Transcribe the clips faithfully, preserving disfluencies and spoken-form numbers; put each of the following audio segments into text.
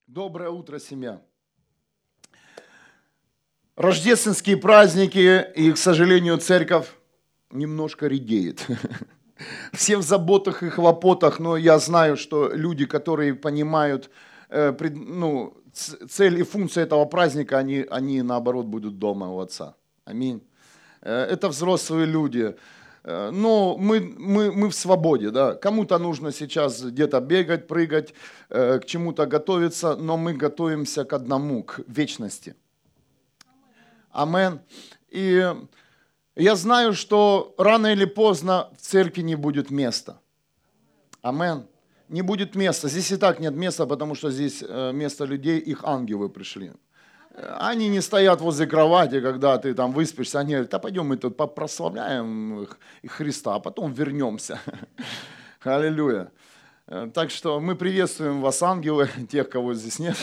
Доброе утро, семья. Рождественские праздники, и, к сожалению, церковь немножко редеет. Все в заботах и хлопотах, но я знаю, что люди, которые понимают э, пред- ну, ц- цель и функцию этого праздника, они, они наоборот будут дома у Отца. Аминь. Э, Это взрослые люди. Э, Но мы, мы, мы в свободе, да. Кому-то нужно сейчас где-то бегать, прыгать, э, к чему-то готовиться, но мы готовимся к одному, к вечности. Амен. И я знаю, что рано или поздно в церкви не будет места. Амен. Не будет места. Здесь и так нет места, потому что здесь э, место людей, их ангелы пришли. Э, Они не стоят возле кровати, когда ты там выспишься. Они говорят, да пойдем мы тут прославляем их- их Христа, а потом вернемся. Аллилуйя. Э, Так что мы приветствуем вас, ангелы, тех, кого здесь нет.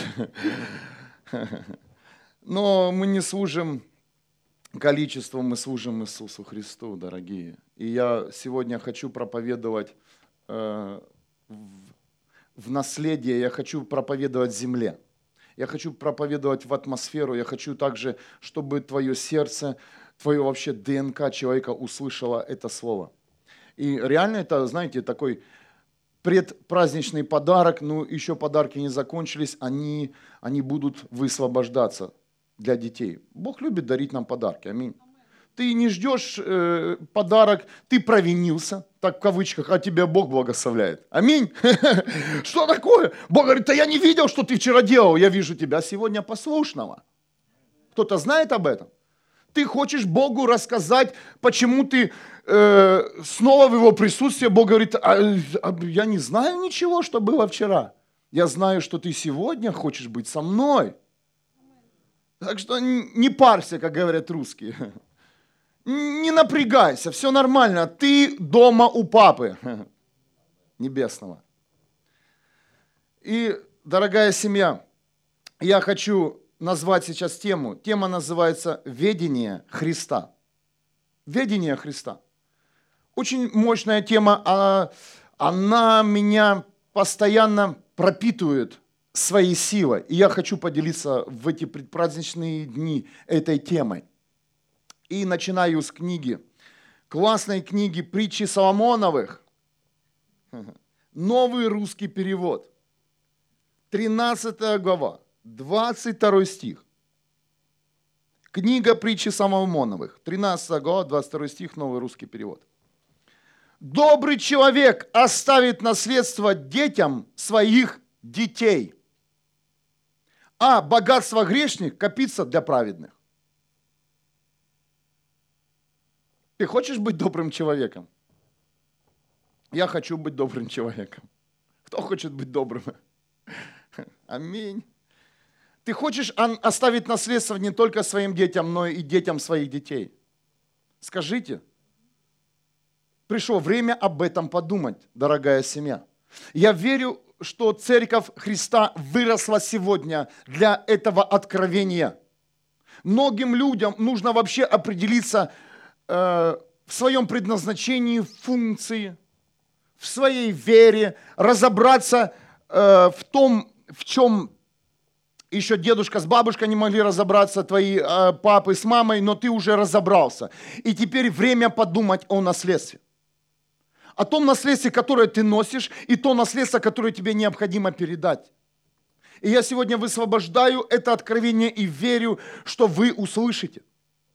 Но мы не служим количеством, мы служим Иисусу Христу, дорогие. И я сегодня хочу проповедовать э, в, в наследие, я хочу проповедовать земле. Я хочу проповедовать в атмосферу, я хочу также, чтобы твое сердце, твое вообще ДНК человека услышало это слово. И реально это, знаете, такой предпраздничный подарок, ну еще подарки не закончились, они, они будут высвобождаться для детей. Бог любит дарить нам подарки, аминь. Ты не ждешь э, подарок, ты провинился, так в кавычках, а тебя Бог благословляет. Аминь. Что такое? Бог говорит, да я не видел, что ты вчера делал, я вижу тебя сегодня послушного. Кто-то знает об этом? Ты хочешь Богу рассказать, почему ты э, снова в Его присутствии. Бог говорит, а, а я не знаю ничего, что было вчера. Я знаю, что ты сегодня хочешь быть со мной. Так что не парься, как говорят русские. Не напрягайся, все нормально. Ты дома у Папы Небесного. И, дорогая семья, я хочу назвать сейчас тему. Тема называется «Ведение Христа». Ведение Христа. Очень мощная тема. а- Она меня постоянно пропитывает своей силой. И я хочу поделиться в эти предпраздничные дни этой темой. И начинаю с книги. Классной книги «Притчи Соломоновых». Новый русский перевод. тринадцатая глава, двадцать второй стих. Книга «Притчи Соломоновых». тринадцатая глава, двадцать второй стих, новый русский перевод. «Добрый человек оставит наследство детям своих детей, а богатство грешных копится для праведных». Ты хочешь быть добрым человеком? Я хочу быть добрым человеком. Кто хочет быть добрым? Аминь. Ты хочешь ан- оставить наследство не только своим детям, но и детям своих детей? Скажите. Пришло время об этом подумать, дорогая семья. Я верю, что Церковь Христа выросла сегодня для этого откровения. Многим людям нужно вообще определиться э, в своем предназначении, функции, в своей вере, разобраться э, в том, в чем еще дедушка с бабушкой не могли разобраться, твои э, папы с мамой, но ты уже разобрался. И теперь время подумать о наследстве. О том наследстве, которое ты носишь, и то наследство, которое тебе необходимо передать. И я сегодня высвобождаю это откровение и верю, что вы услышите.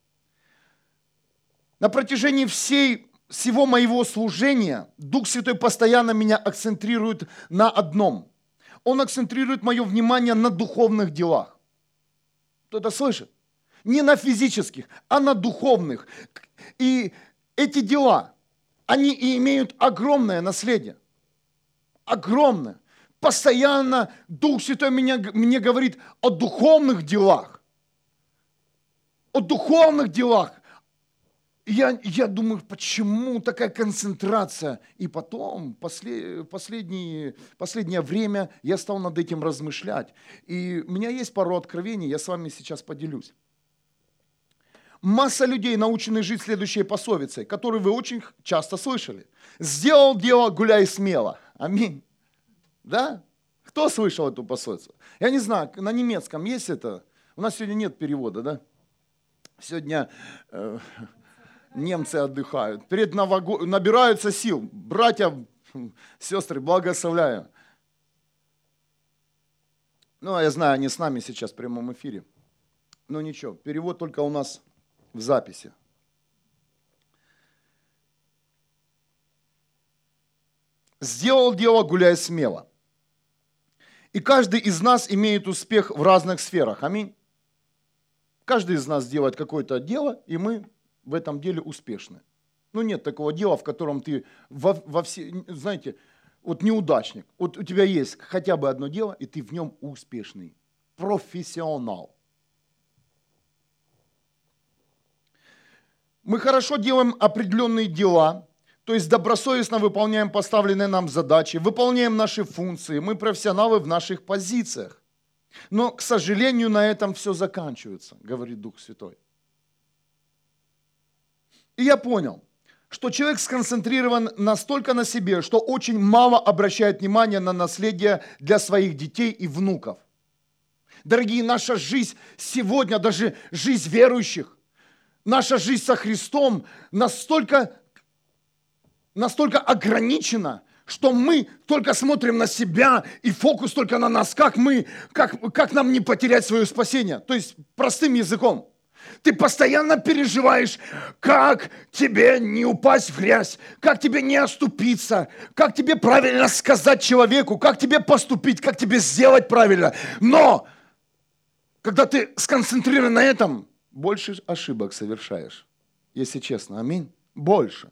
На протяжении всей, всего моего служения Дух Святой постоянно меня акцентрирует на одном. Он акцентрирует мое внимание на духовных делах. Кто-то слышит? Не на физических, а на духовных. И эти дела, они и имеют огромное наследие. Огромное. Постоянно Дух Святой меня, мне говорит о духовных делах. О духовных делах. И Я, я думаю, почему такая концентрация? И потом, послед, последние, последнее время, я стал над этим размышлять. И у меня есть пару откровений, я с вами сейчас поделюсь. Масса людей научены жить следующей пословицей, которую вы очень часто слышали. «Сделал дело, гуляй смело». Аминь. Да? Кто слышал эту пословицу? Я не знаю, на немецком есть это? У нас сегодня нет перевода, да? Сегодня э, немцы отдыхают. Перед новогодним набираются сил. Братья, сестры, благословляю. Ну, я знаю, они с нами сейчас в прямом эфире. Но ничего, перевод только у нас в записи. Сделал дело, гуляй смело. И каждый из нас имеет успех в разных сферах. Аминь. Каждый из нас делает какое-то дело, и мы в этом деле успешны. Ну, нет такого дела, в котором ты во, во все, знаете, вот неудачник. Вот у тебя есть хотя бы одно дело, и ты в нем успешный. Профессионал. Мы хорошо делаем определенные дела, то есть добросовестно выполняем поставленные нам задачи, выполняем наши функции, мы профессионалы в наших позициях. Но, к сожалению, на этом все заканчивается, говорит Дух Святой. И я понял, что человек сконцентрирован настолько на себе, что очень мало обращает внимание на наследие для своих детей и внуков. Дорогие, наша жизнь сегодня, даже жизнь верующих, наша жизнь со Христом настолько, настолько ограничена, что мы только смотрим на себя, и фокус только на нас, как мы, как, как нам не потерять свое спасение. То есть, простым языком, ты постоянно переживаешь, как тебе не упасть в грязь, как тебе не оступиться, как тебе правильно сказать человеку, как тебе поступить, как тебе сделать правильно. Но, когда ты сконцентрирован на этом, больше ошибок совершаешь, если честно. Аминь. Больше.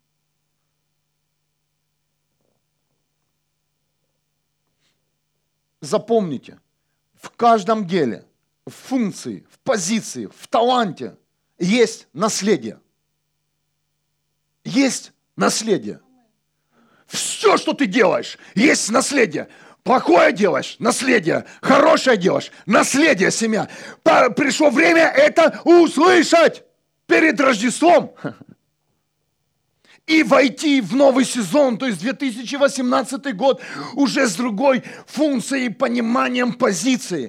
Запомните, в каждом деле, в функции, в позиции, в таланте есть наследие. Есть наследие. Все, что ты делаешь, есть наследие. Плохое делаешь, наследие. Хорошее делаешь, наследие, семья. Пришло время это услышать перед Рождеством. И войти в новый сезон, то есть две тысячи восемнадцатый год, уже с другой функцией, пониманием позиции.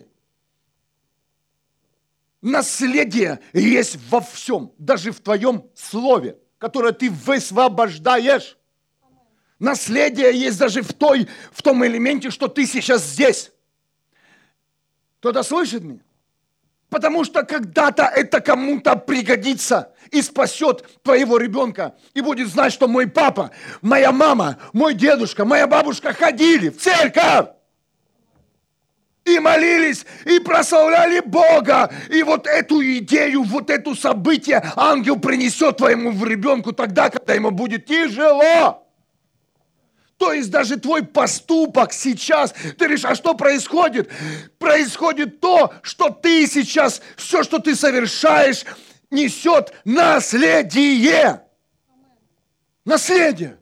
Наследие есть во всем, даже в твоем слове, которое ты высвобождаешь. Наследие есть даже в, той, в том элементе, что ты сейчас здесь. Кто-то слышит меня? Потому что когда-то это кому-то пригодится и спасет твоего ребенка. И будет знать, что мой папа, моя мама, мой дедушка, моя бабушка ходили в церковь. И молились, и прославляли Бога. И вот эту идею, вот это событие ангел принесет твоему ребенку тогда, когда ему будет тяжело. То есть даже твой поступок сейчас, ты говоришь, а что происходит? Происходит то, что ты сейчас, все, что ты совершаешь, несет наследие. Наследие.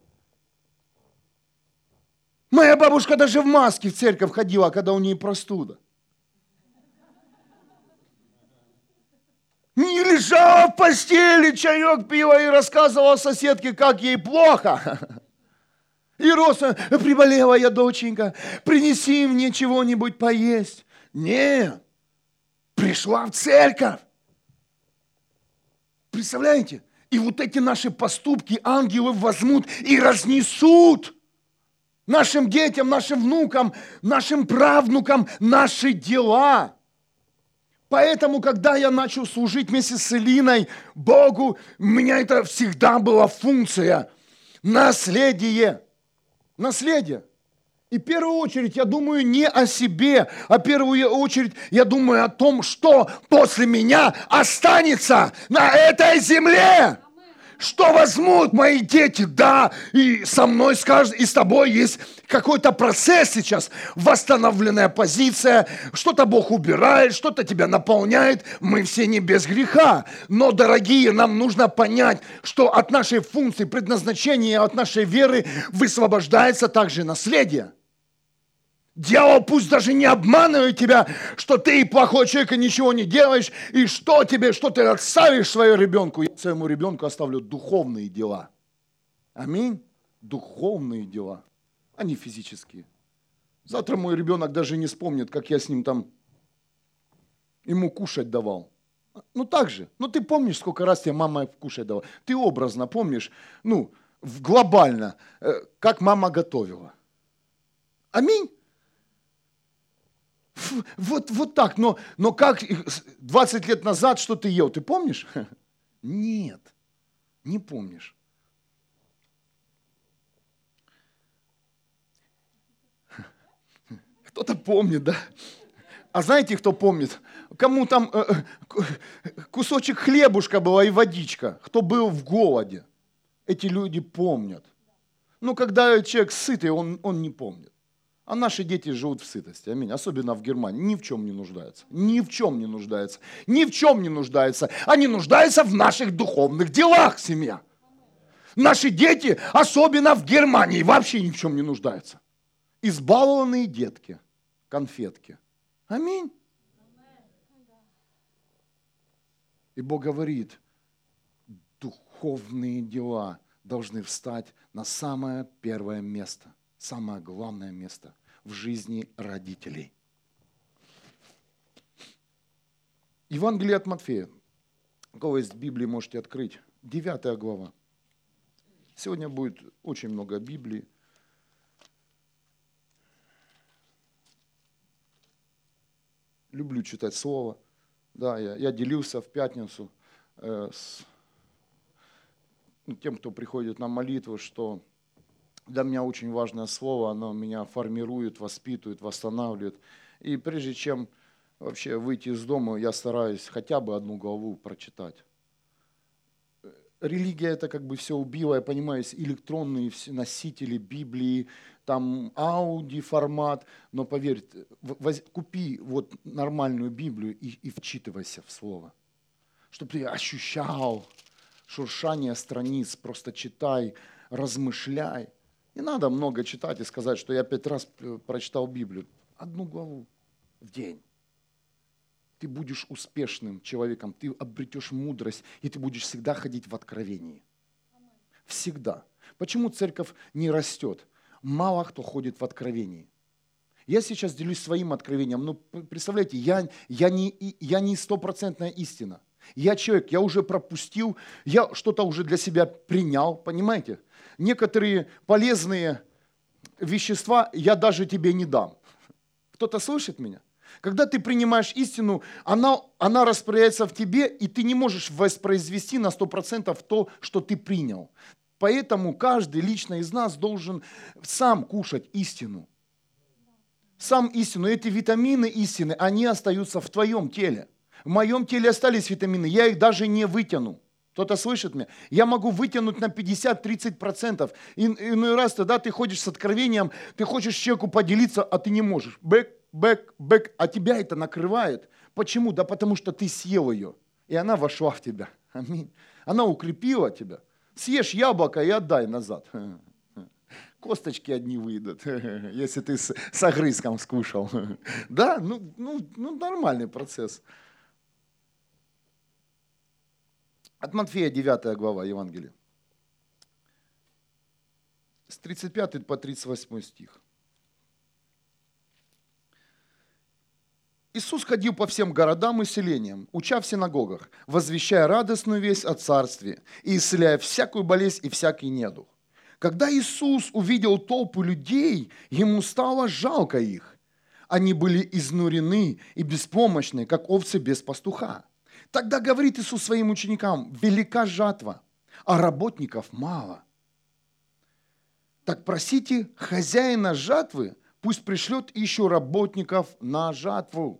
Моя бабушка даже в маске в церковь ходила, когда у нее простуда. Не лежала в постели, чаек пила и рассказывала соседке, как ей плохо. И Роса, приболела я, доченька, принеси мне чего-нибудь поесть. Нет, пришла в церковь. Представляете? И вот эти наши поступки ангелы возьмут и разнесут нашим детям, нашим внукам, нашим правнукам наши дела. Поэтому, когда я начал служить вместе с Элиной Богу, у меня это всегда была функция наследие. Наследие. И в первую очередь я думаю не о себе, а в первую очередь я думаю о том, что после меня останется на этой земле. Что возьмут мои дети, да, и со мной скажут, и с тобой есть какой-то процесс сейчас, восстановленная позиция, что-то Бог убирает, что-то тебя наполняет, мы все не без греха. Но, дорогие, нам нужно понять, что от нашей функции, предназначения, от нашей веры высвобождается также наследие. Дьявол пусть даже не обманывает тебя, что ты плохой человек и ничего не делаешь, и что тебе, что ты отставишь своему ребенку. Я своему ребенку оставлю духовные дела. Аминь. Духовные дела, а не физические. Завтра мой ребенок даже не вспомнит, как я с ним там ему кушать давал. Ну так же. Ну ты помнишь, сколько раз тебе мама кушать давала? Ты образно помнишь, ну, глобально, как мама готовила. Аминь. Вот, вот так. Но, но как двадцать лет назад что ты ел, ты помнишь? Нет, не помнишь. Кто-то помнит, да? А знаете, кто помнит? Кому там э, кусочек хлебушка была и водичка, кто был в голоде. Эти люди помнят. Но когда человек сытый, он, он не помнит. А наши дети живут в сытости. Аминь. Особенно в Германии. Ни в чем не нуждаются. Ни в чем не нуждаются. Ни в чем не нуждаются. Они нуждаются в наших духовных делах, семья. Наши дети, особенно в Германии, вообще ни в чем не нуждаются. Избалованные детки, конфетки. Аминь. И Бог говорит, духовные дела должны встать на самое первое место, самое главное место в жизни родителей. Евангелие от Матфея. У кого есть Библии, можете открыть. Девятая глава. Сегодня будет очень много Библии. Люблю читать Слово. Да, я, я делился в пятницу э, с тем, кто приходит на молитву, что для меня очень важное слово, оно меня формирует, воспитывает, восстанавливает. И прежде чем вообще выйти из дома, я стараюсь хотя бы одну главу прочитать. Религия это как бы все убила, я понимаю, есть электронные носители Библии, там ауди формат, но поверь, воз, купи вот нормальную Библию и, и вчитывайся в слово, чтобы ты ощущал шуршание страниц, просто читай, размышляй. Не надо много читать и сказать, что я пять раз прочитал Библию. Одну главу в день. Ты будешь успешным человеком, ты обретешь мудрость, и ты будешь всегда ходить в откровении. Всегда. Почему церковь не растет? Мало кто ходит в откровении. Я сейчас делюсь своим откровением, но представляете, я, я не, я не стопроцентная истина. Я человек, я уже пропустил, я что-то уже для себя принял, понимаете? Некоторые полезные вещества я даже тебе не дам. Кто-то слышит меня? Когда ты принимаешь истину, она, она распределяется в тебе, и ты не можешь воспроизвести на сто процентов то, что ты принял. Поэтому каждый лично из нас должен сам кушать истину. Сам истину. Эти витамины истины, они остаются в твоем теле. В моем теле остались витамины, я их даже не вытяну. Кто-то слышит меня? Я могу вытянуть на пятьдесят-тридцать процентов. И, иной раз тогда ты ходишь с откровением, ты хочешь человеку поделиться, а ты не можешь. Бэк, бэк, бэк. А тебя это накрывает. Почему? Да потому что ты съел ее. И она вошла в тебя. Аминь. Она укрепила тебя. Съешь яблоко и отдай назад. Косточки одни выйдут, если ты с, с огрызком скушал. Да, ну, ну, ну нормальный процесс. От Матфея девятая глава Евангелия. С тридцать пятого по тридцать восьмой стих. Иисус ходил по всем городам и селениям, уча в синагогах, возвещая радостную весть о Царстве и исцеляя всякую болезнь и всякий недух. Когда Иисус увидел толпу людей, ему стало жалко их. Они были изнурены и беспомощны, как овцы без пастуха. Тогда говорит Иисус своим ученикам: велика жатва, а работников мало. Так просите хозяина жатвы, пусть пришлет еще работников на жатву.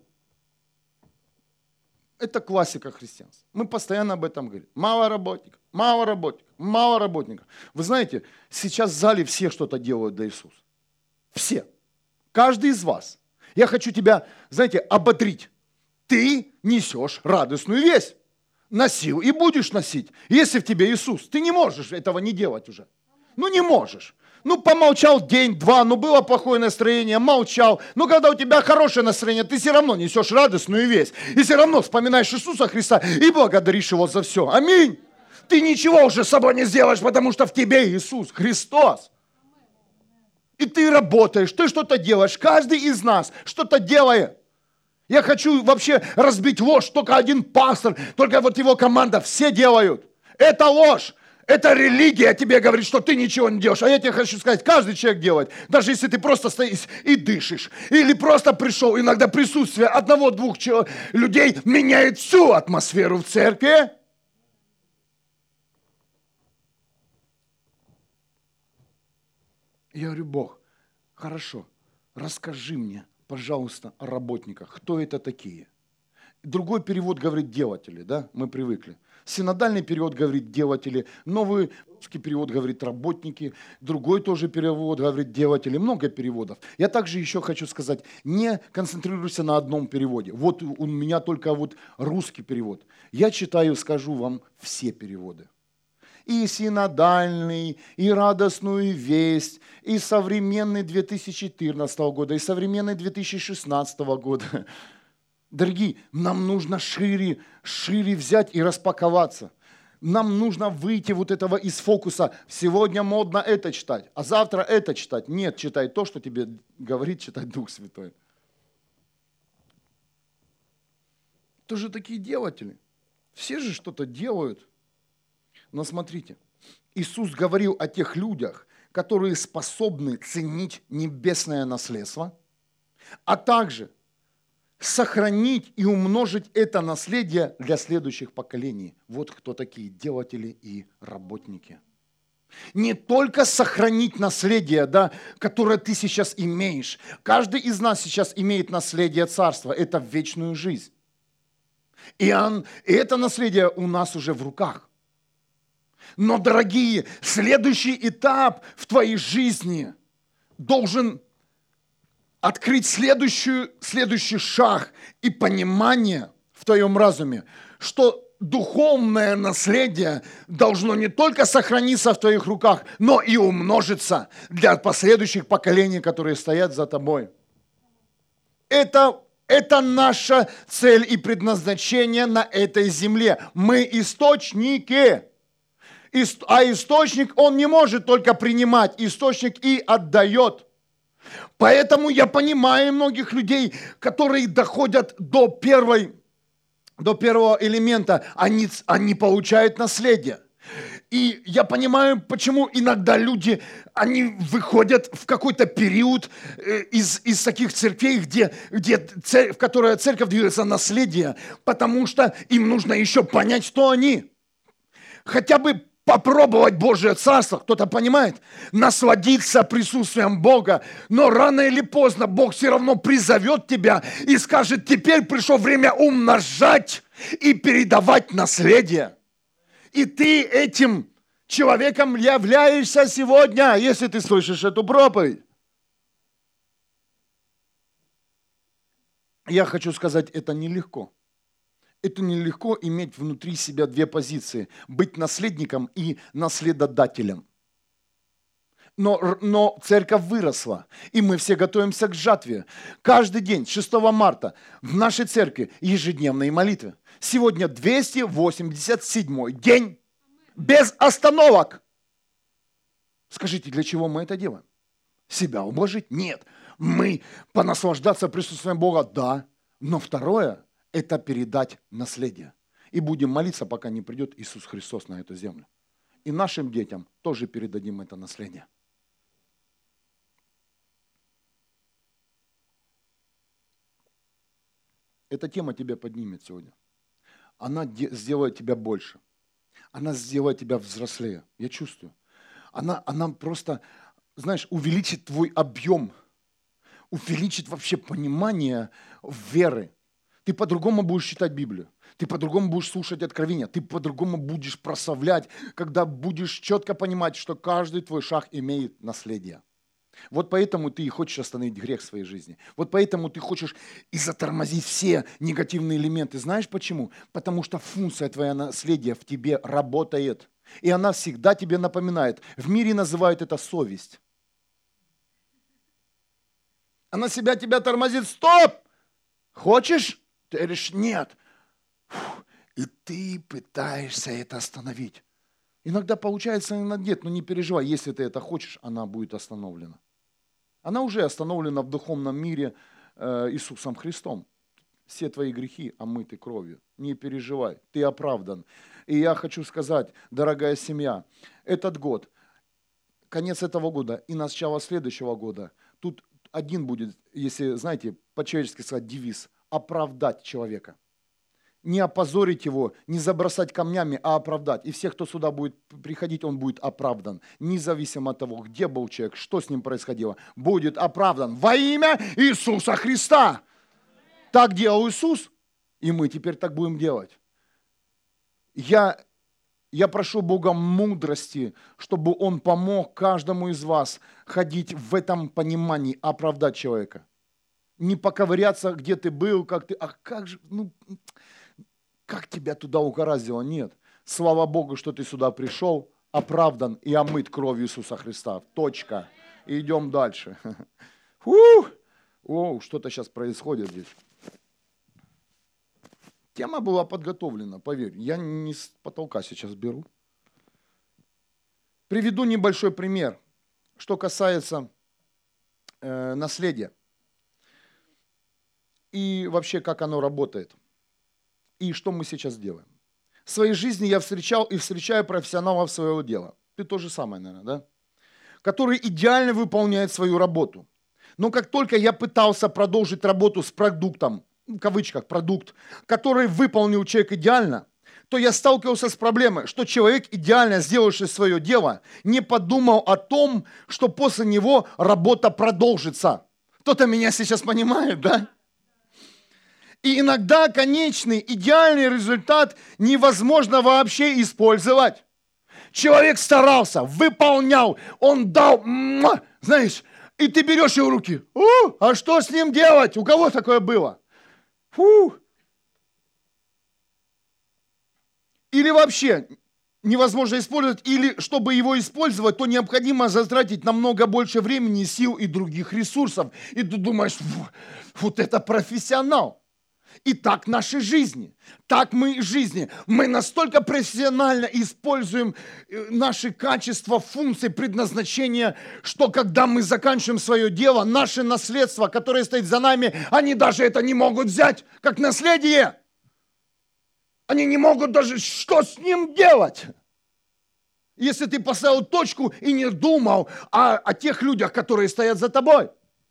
Это классика христианства. Мы постоянно об этом говорим. Мало работников, мало работников, мало работников. Вы знаете, сейчас в зале все что-то делают для Иисуса. Все. Каждый из вас. Я хочу тебя, знаете, ободрить. Ты несешь радостную весть. Носил и будешь носить. Если в тебе Иисус, ты не можешь этого не делать уже. Ну не можешь. Ну, помолчал день-два, ну, было плохое настроение, молчал. Но когда у тебя хорошее настроение, ты все равно несешь радостную весть. И все равно вспоминаешь Иисуса Христа и благодаришь Его за все. Аминь. Ты ничего уже с собой не сделаешь, потому что в тебе Иисус Христос. И ты работаешь, ты что-то делаешь. Каждый из нас что-то делает. Я хочу вообще разбить ложь. Только один пастор, только вот его команда, все делают. Это ложь. Это религия тебе говорит, что ты ничего не делаешь. А я тебе хочу сказать, каждый человек делает. Даже если ты просто стоишь и дышишь. Или просто пришел. Иногда присутствие одного-двух людей меняет всю атмосферу в церкви. Я говорю, Бог, хорошо, расскажи мне, пожалуйста, о работниках. Кто это такие? Другой перевод говорит делатели, да, мы привыкли. Синодальный перевод говорит делатели, новый русский перевод говорит работники, другой тоже перевод говорит делатели, много переводов. Я также еще хочу сказать, не концентрируйся на одном переводе. Вот у меня только вот русский перевод. Я читаю, скажу вам, все переводы. И синодальный, и радостную весть, и современный две тысячи четырнадцатого года, и современный две тысячи шестнадцатого года. Дорогие, нам нужно шире, шире взять и распаковаться. Нам нужно выйти вот этого из фокуса. Сегодня модно это читать, а завтра это читать. Нет, читай то, что тебе говорит читать Дух Святой. Тоже такие делатели. Все же что-то делают. Но смотрите, Иисус говорил о тех людях, которые способны ценить небесное наследство, а также сохранить и умножить это наследие для следующих поколений. Вот кто такие делатели и работники. Не только сохранить наследие, да, которое ты сейчас имеешь. Каждый из нас сейчас имеет наследие царства. Это вечную жизнь. И, он, и это наследие у нас уже в руках. Но, дорогие, следующий этап в твоей жизни должен открыть следующую, следующий шаг и понимание в твоем разуме, что духовное наследие должно не только сохраниться в твоих руках, но и умножиться для последующих поколений, которые стоят за тобой. Это, это наша цель и предназначение на этой земле. Мы источники. А источник, он не может только принимать, источник и отдает. Поэтому я понимаю многих людей, которые доходят до, первой, до первого элемента, они, они получают наследие. И я понимаю, почему иногда люди, они выходят в какой-то период из, из таких церквей, где, где церковь, в которой церковь движется наследие, потому что им нужно еще понять, кто они. Хотя бы попробовать Божие Царство, кто-то понимает, насладиться присутствием Бога, но рано или поздно Бог все равно призовет тебя и скажет, теперь пришло время умножать и передавать наследие. И ты этим человеком являешься сегодня, если ты слышишь эту проповедь. Я хочу сказать, это нелегко. Это нелегко иметь внутри себя две позиции. Быть наследником и наследодателем. Но, но церковь выросла, и мы все готовимся к жатве. Каждый день, шестого марта, в нашей церкви ежедневные молитвы. Сегодня двести восемьдесят седьмой день без остановок. Скажите, для чего мы это делаем? Себя ублажить? Нет. Мы понаслаждаться присутствием Бога? Да. Но второе – это передать наследие. И будем молиться, пока не придет Иисус Христос на эту землю. И нашим детям тоже передадим это наследие. Эта тема тебя поднимет сегодня. Она сделает тебя больше. Она сделает тебя взрослее. Я чувствую. Она, она просто, знаешь, увеличит твой объем. Увеличит вообще понимание веры. Ты по-другому будешь читать Библию. Ты по-другому будешь слушать откровения. Ты по-другому будешь прославлять, когда будешь четко понимать, что каждый твой шаг имеет наследие. Вот поэтому ты и хочешь остановить грех в своей жизни. Вот поэтому ты хочешь и затормозить все негативные элементы. Знаешь почему? Потому что функция твоего наследия в тебе работает. И она всегда тебе напоминает. В мире называют это совесть. Она себя тебя тормозит. Стоп! Хочешь? Ты говоришь, нет. И ты пытаешься это остановить. Иногда получается, иногда нет, но не переживай. Если ты это хочешь, она будет остановлена. Она уже остановлена в духовном мире э, Иисусом Христом. Все твои грехи омыты кровью. Не переживай, ты оправдан. И я хочу сказать, дорогая семья, этот год, конец этого года и начало следующего года, тут один будет, если, знаете, по-человечески сказать, девиз – оправдать человека. Не опозорить его, не забросать камнями, а оправдать. И всех, кто сюда будет приходить, он будет оправдан. Независимо от того, где был человек, что с ним происходило, будет оправдан во имя Иисуса Христа. Так делал Иисус, и мы теперь так будем делать. Я, я прошу Бога мудрости, чтобы Он помог каждому из вас ходить в этом понимании, оправдать человека. Не поковыряться, где ты был, как ты, а как же, ну, как тебя туда угораздило? Нет. Слава Богу, что ты сюда пришел, оправдан и омыт кровью Иисуса Христа. Точка. И идем дальше. Фух! О, что-то сейчас происходит здесь. Тема была подготовлена, поверь. Я не с потолка сейчас беру. Приведу небольшой пример, что касается э, наследия. И вообще, как оно работает. И что мы сейчас делаем. В своей жизни я встречал и встречаю профессионалов своего дела. Ты то же самое, наверное, да? Которые идеально выполняют свою работу. Но как только я пытался продолжить работу с продуктом, в кавычках, продукт, который выполнил человек идеально, то я сталкивался с проблемой, что человек, идеально сделавший свое дело, не подумал о том, что после него работа продолжится. Кто-то меня сейчас понимает, да? И иногда конечный, идеальный результат невозможно вообще использовать. Человек старался, выполнял, он дал, знаешь, и ты берешь его в руки. У, а что с ним делать? У кого такое было? Фу. Или вообще невозможно использовать, или чтобы его использовать, то необходимо затратить намного больше времени, сил и других ресурсов. И ты думаешь, вот это профессионал. И так в нашей жизни, так мы в жизни. Мы настолько профессионально используем наши качества, функции, предназначения, что когда мы заканчиваем свое дело, наше наследство, которое стоит за нами, они даже это не могут взять, как наследие. Они не могут даже, что с ним делать? Если ты поставил точку и не думал о, о тех людях, которые стоят за тобой.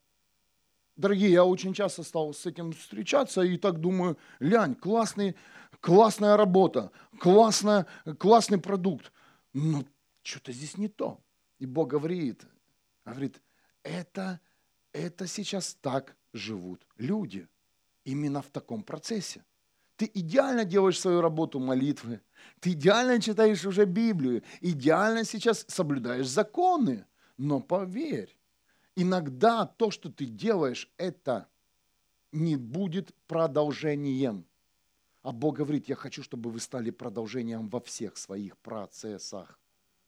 Дорогие, я очень часто стал с этим встречаться и так думаю, лянь, классный, классная работа, классная, классный продукт. Но что-то здесь не то. И Бог говорит, говорит, это, это сейчас так живут люди. Именно в таком процессе. Ты идеально делаешь свою работу молитвы, ты идеально читаешь уже Библию, идеально сейчас соблюдаешь законы. Но поверь, иногда то, что ты делаешь, это не будет продолжением. А Бог говорит, я хочу, чтобы вы стали продолжением во всех своих процессах.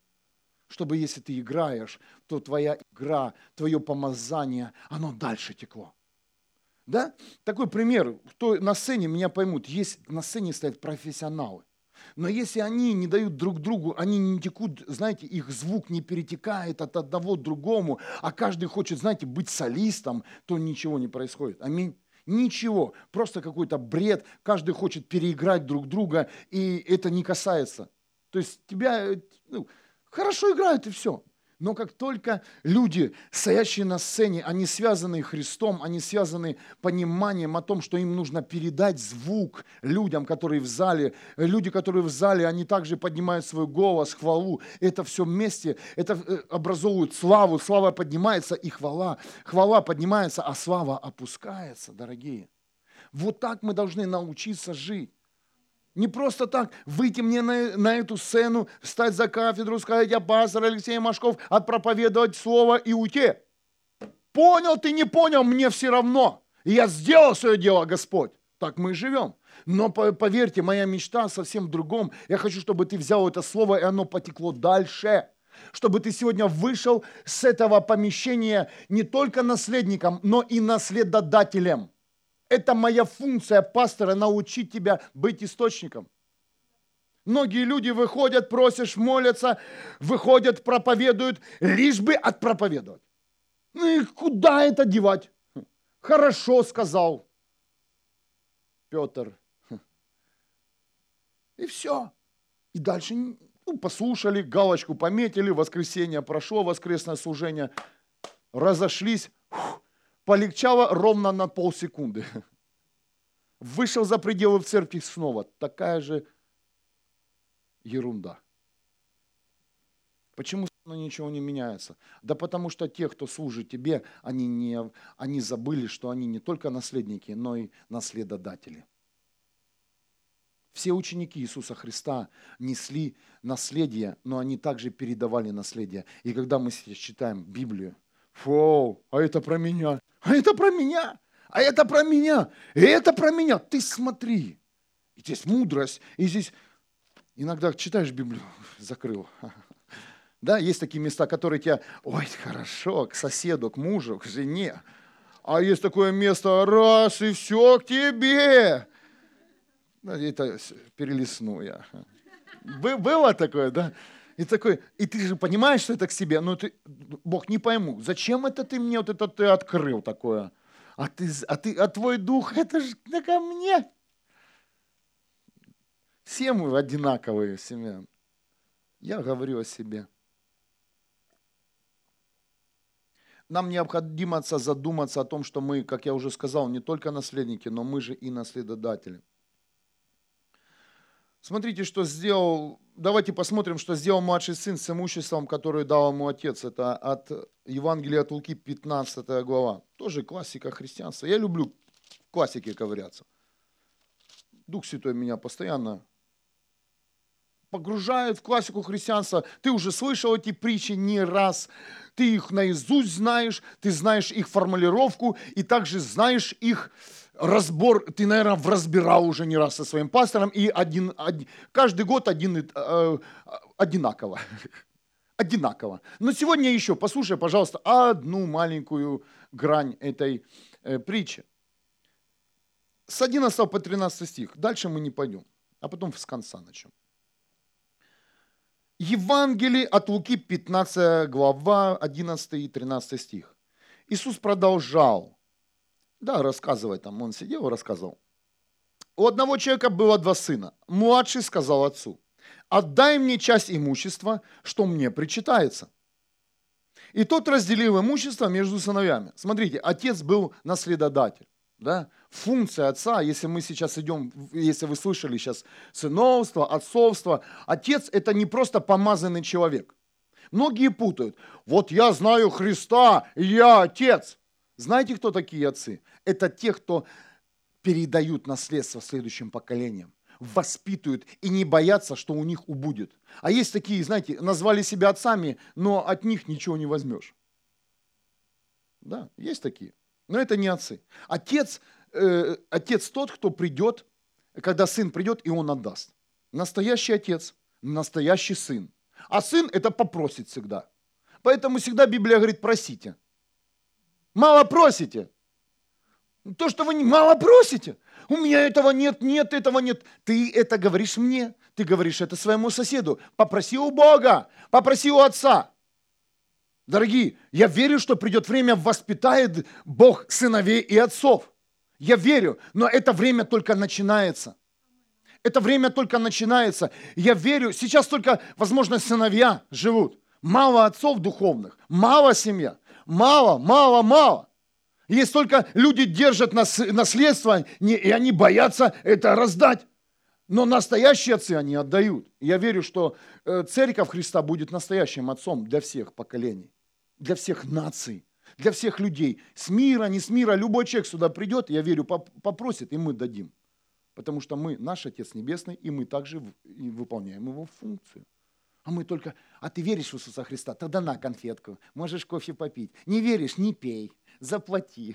Чтобы если ты играешь, то твоя игра, твое помазание, оно дальше текло. Да? Такой пример, кто на сцене меня поймут, есть на сцене стоят профессионалы. Но если они не дают друг другу, они не текут, знаете, их звук не перетекает от одного к другому, а каждый хочет, знаете, быть солистом, то ничего не происходит. Аминь. Ничего, просто какой-то бред, каждый хочет переиграть друг друга, и это не касается. То есть тебя, ну, хорошо играют и все. Но как только люди, стоящие на сцене, они связаны Христом, они связаны пониманием о том, что им нужно передать звук людям, которые в зале. Люди, которые в зале, они также поднимают свой голос, хвалу. Это все вместе, это образовывает славу, слава поднимается и хвала. Хвала поднимается, а слава опускается, дорогие. Вот так мы должны научиться жить. Не просто так выйти мне на, на эту сцену, встать за кафедру, сказать, я пастор Алексей Машков, отпроповедовать слово и уйти. Понял ты, не понял, мне все равно. И я сделал свое дело, Господь. Так мы и живем. Но поверьте, моя мечта совсем в другом. Я хочу, чтобы ты взял это слово, и оно потекло дальше. Чтобы ты сегодня вышел с этого помещения не только наследником, но и наследодателем. Это моя функция пастора, научить тебя быть источником. Многие люди выходят, просишь, молятся, выходят, проповедуют, лишь бы отпроповедовать. Ну и куда это девать? Хорошо сказал Петр. И все. И дальше ну, послушали, галочку пометили, воскресенье прошло, воскресное служение, разошлись, фух, полегчало ровно на полсекунды. Вышел за пределы в церкви снова. Такая же ерунда. Почему ничего не меняется? Да потому что те, кто служит тебе, они, не, они забыли, что они не только наследники, но и наследодатели. Все ученики Иисуса Христа несли наследие, но они также передавали наследие. И когда мы сейчас читаем Библию, фу, а это про меня, а это про меня, а это про меня, и это про меня. Ты смотри, и здесь мудрость, и здесь... Иногда читаешь Библию, закрыл. Да, есть такие места, которые тебя, ой, хорошо, к соседу, к мужу, к жене. А есть такое место, раз, и все к тебе. Это перелистну я. Было такое, да? И такой, и ты же понимаешь, что это к себе, но ты, Бог, не пойму, зачем это ты мне вот это ты открыл такое? А ты, а ты, а твой дух, это же ко мне. Все мы одинаковые, Семен. Я говорю о себе. Нам необходимо задуматься о том, что мы, как я уже сказал, не только наследники, но мы же и наследодатели. Смотрите, что сделал, давайте посмотрим, что сделал младший сын с имуществом, которое дал ему отец. Это от Евангелия от Луки, пятнадцатая глава. Тоже классика христианства. Я люблю в классике ковыряться. Дух Святой меня постоянно погружает в классику христианства. Ты уже слышал эти притчи не раз. Ты их наизусть знаешь, ты знаешь их формулировку и также знаешь их разбор. Ты, наверное, разбирал уже не раз со своим пастором. И один, один, каждый год один, э, одинаково. Одинаково. Но сегодня еще послушай, пожалуйста, одну маленькую грань этой э, притчи. С одиннадцатого по тринадцатый стих. Дальше мы не пойдем, а потом с конца начнем. Евангелие от Луки, пятнадцатая глава, одиннадцатый и тринадцатый стих. Иисус продолжал. Да, рассказывай там, он сидел и рассказывал. У одного человека было два сына. Младший сказал отцу: отдай мне часть имущества, что мне причитается. И тот разделил имущество между сыновьями. Смотрите, отец был наследодатель. Да? Функция отца, если мы сейчас идем, если вы слышали сейчас сыновство, отцовство, отец это не просто помазанный человек. Многие путают. Вот я знаю Христа, я отец. Знаете, кто такие отцы? Это те, кто передают наследство следующим поколениям, воспитывают и не боятся, что у них убудет. А есть такие, знаете, назвали себя отцами, но от них ничего не возьмешь. Да, есть такие. Но это не отцы. Отец, э, отец тот, кто придет, когда сын придет, и он отдаст. Настоящий отец, настоящий сын. А сын это попросит всегда. Поэтому всегда Библия говорит: просите. Мало просите. То, что вы не мало просите. У меня этого нет, нет, этого нет. Ты это говоришь мне. Ты говоришь это своему соседу. Попроси у Бога, попроси у отца. Дорогие, я верю, что придет время, воспитает Бог сыновей и отцов. Я верю, но это время только начинается. Это время только начинается. Я верю, сейчас только, возможно, сыновья живут. Мало отцов духовных, мало семья, мало, мало, мало. Есть только люди держат наследство, и они боятся это раздать. Но настоящие отцы они отдают. Я верю, что церковь Христа будет настоящим отцом для всех поколений. Для всех наций, для всех людей. С мира, не с мира, любой человек сюда придет, я верю, попросит, и мы дадим. Потому что мы, наш Отец Небесный, и мы также выполняем его функцию. А мы только, а ты веришь в Иисуса Христа? Тогда на конфетку, можешь кофе попить. Не веришь? Не пей, заплати.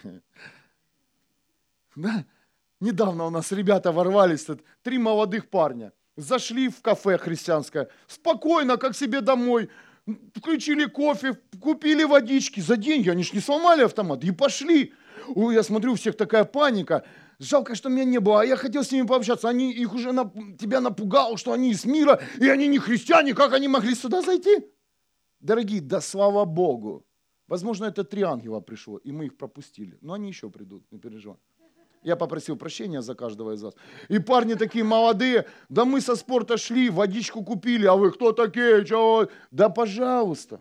Да? Недавно у нас ребята ворвались, три молодых парня, зашли в кафе христианское, спокойно, как себе домой, включили кофе, купили водички за деньги, они ж не сломали автомат, и пошли. Ой, я смотрю, у всех такая паника. Жалко, что меня не было, а я хотел с ними пообщаться. Они их уже на, тебя напугал, что они из мира, и они не христиане, как они могли сюда зайти? Дорогие, да слава Богу, Возможно, это три ангела пришло, и мы их пропустили. Но они еще придут, не переживай. Я попросил прощения за каждого из вас. И парни такие молодые, да мы со спорта шли, водичку купили, а вы кто такие? Чего? Да пожалуйста.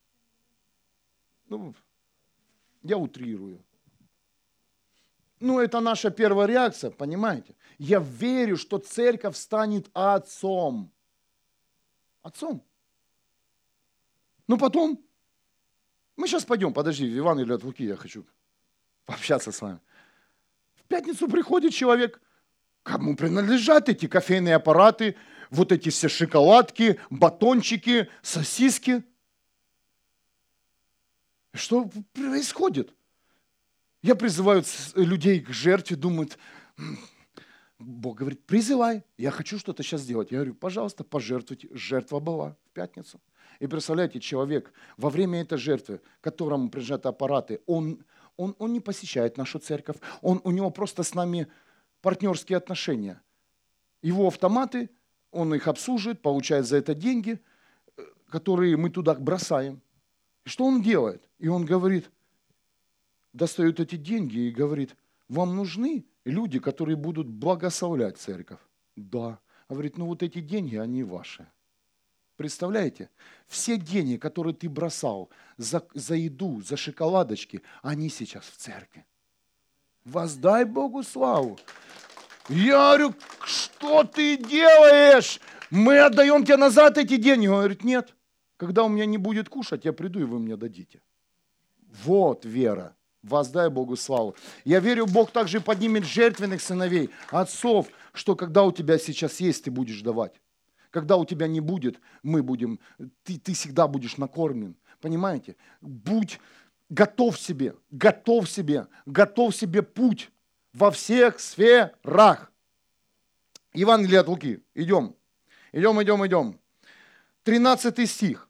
Ну, я утрирую. Ну, это наша первая реакция, понимаете? Я верю, что церковь станет отцом. Отцом. Ну, потом, мы сейчас пойдем, подожди, в Евангелие от Луки я хочу пообщаться с вами. В пятницу приходит человек, кому принадлежат эти кофейные аппараты, вот эти все шоколадки, батончики, сосиски. Что происходит? Я призываю людей к жертве, думают, Бог говорит, призывай, я хочу что-то сейчас сделать. Я говорю, пожалуйста, пожертвуйте. Жертва была в пятницу. И представляете, человек во время этой жертвы, которому прижаты аппараты, он... Он, он не посещает нашу церковь, он, у него просто с нами партнерские отношения. Его автоматы, он их обслуживает, получает за это деньги, которые мы туда бросаем. И что он делает? И он говорит, достает эти деньги и говорит, вам нужны люди, которые будут благословлять церковь? Да. Говорит, ну вот эти деньги, они ваши. Представляете? Все деньги, которые ты бросал за, за еду, за шоколадочки, они сейчас в церкви. Воздай Богу славу. Я говорю, что ты делаешь? Мы отдаем тебе назад эти деньги. Он говорит, нет. Когда у меня не будет кушать, я приду, и вы мне дадите. Вот вера. Воздай Богу славу. Я верю, Бог также поднимет жертвенных сыновей, отцов, что когда у тебя сейчас есть, ты будешь давать. Когда у тебя не будет, мы будем, ты, ты всегда будешь накормлен. Понимаете? Будь готов себе, готов себе, готов себе путь во всех сферах. Евангелие от Луки. Идем. Идем, идем, идем. тринадцатый стих.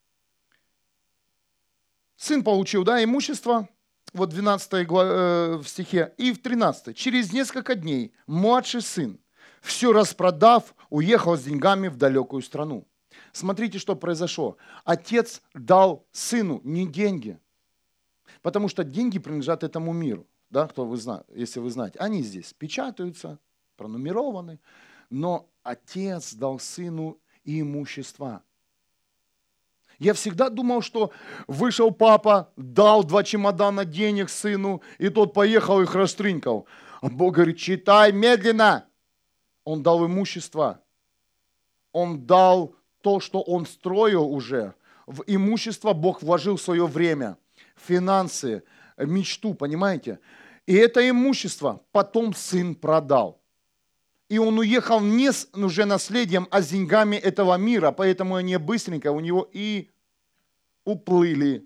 Сын получил, да, имущество. Вот в двенадцатой э, в стихе. И в тринадцатой. Через несколько дней младший сын, все распродав, уехал с деньгами в далекую страну. Смотрите, что произошло. Отец дал сыну не деньги, потому что деньги принадлежат этому миру. Да, кто вы знаете, если вы знаете, они здесь печатаются, пронумерованы, но отец дал сыну имущество. Я всегда думал, что вышел папа, дал два чемодана денег сыну, и тот поехал их растринкал. А Бог говорит, читай медленно. Он дал имущество. Он дал то, что он строил уже. В имущество Бог вложил свое время, финансы, мечту, понимаете? И это имущество потом сын продал. И он уехал не с уже наследием, а с деньгами этого мира, поэтому они быстренько у него и уплыли.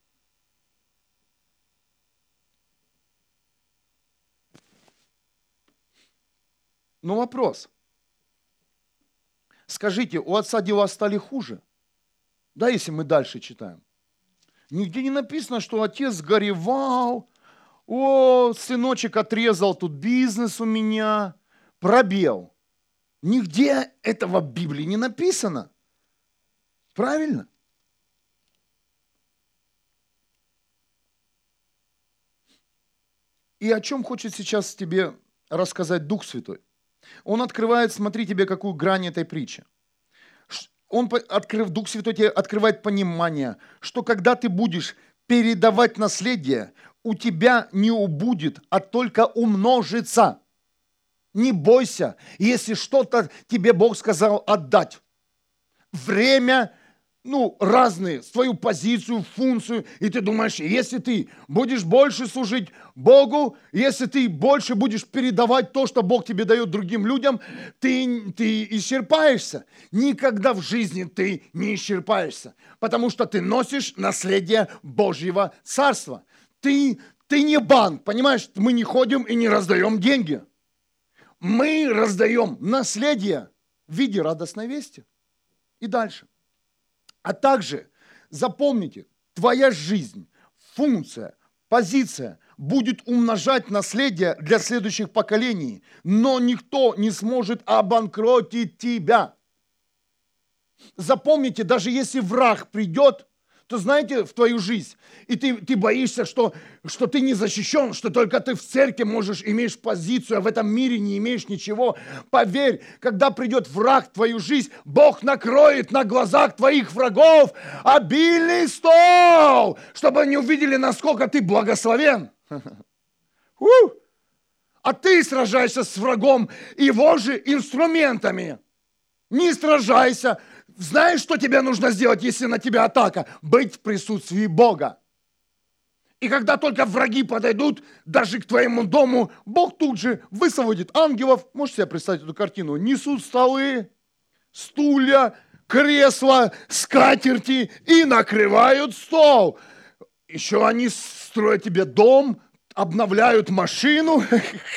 Но вопрос. Скажите, у отца дела стали хуже? Да, если мы дальше читаем. Нигде не написано, что отец горевал. О, сыночек отрезал тут бизнес у меня. Пробел. Нигде этого в Библии не написано. Правильно? И о чем хочет сейчас тебе рассказать Дух Святой? Он открывает, смотри тебе, какую грань этой притчи. Он, открыв, Дух Святой тебе открывает понимание, что когда ты будешь передавать наследие, у тебя не убудет, а только умножится. Не бойся, если что-то тебе Бог сказал отдать. Время, ну, разные, свою позицию, функцию, и ты думаешь, если ты будешь больше служить Богу, если ты больше будешь передавать то, что Бог тебе дает другим людям, ты, ты исчерпаешься. Никогда в жизни ты не исчерпаешься, потому что ты носишь наследие Божьего Царства. Ты, ты не банк, понимаешь, мы не ходим и не раздаем деньги. Мы раздаем наследие в виде радостной вести. И дальше. А также запомните, твоя жизнь, функция, позиция будет умножать наследие для следующих поколений, но никто не сможет обанкротить тебя. Запомните, даже если враг придет, то знаете, в твою жизнь, и ты, ты боишься, что, что ты не защищен, что только ты в церкви можешь, имеешь позицию, а в этом мире не имеешь ничего. Поверь, когда придет враг в твою жизнь, Бог накроет на глазах твоих врагов обильный стол, чтобы они увидели, насколько ты благословен. А ты сражаешься с врагом его же инструментами. Не сражайся. Знаешь, что тебе нужно сделать, если на тебя атака? Быть в присутствии Бога. И когда только враги подойдут, даже к твоему дому, Бог тут же высвободит ангелов. Можете себе представить эту картину? Несут столы, стулья, кресла, скатерти и накрывают стол. Еще они строят тебе дом, обновляют машину,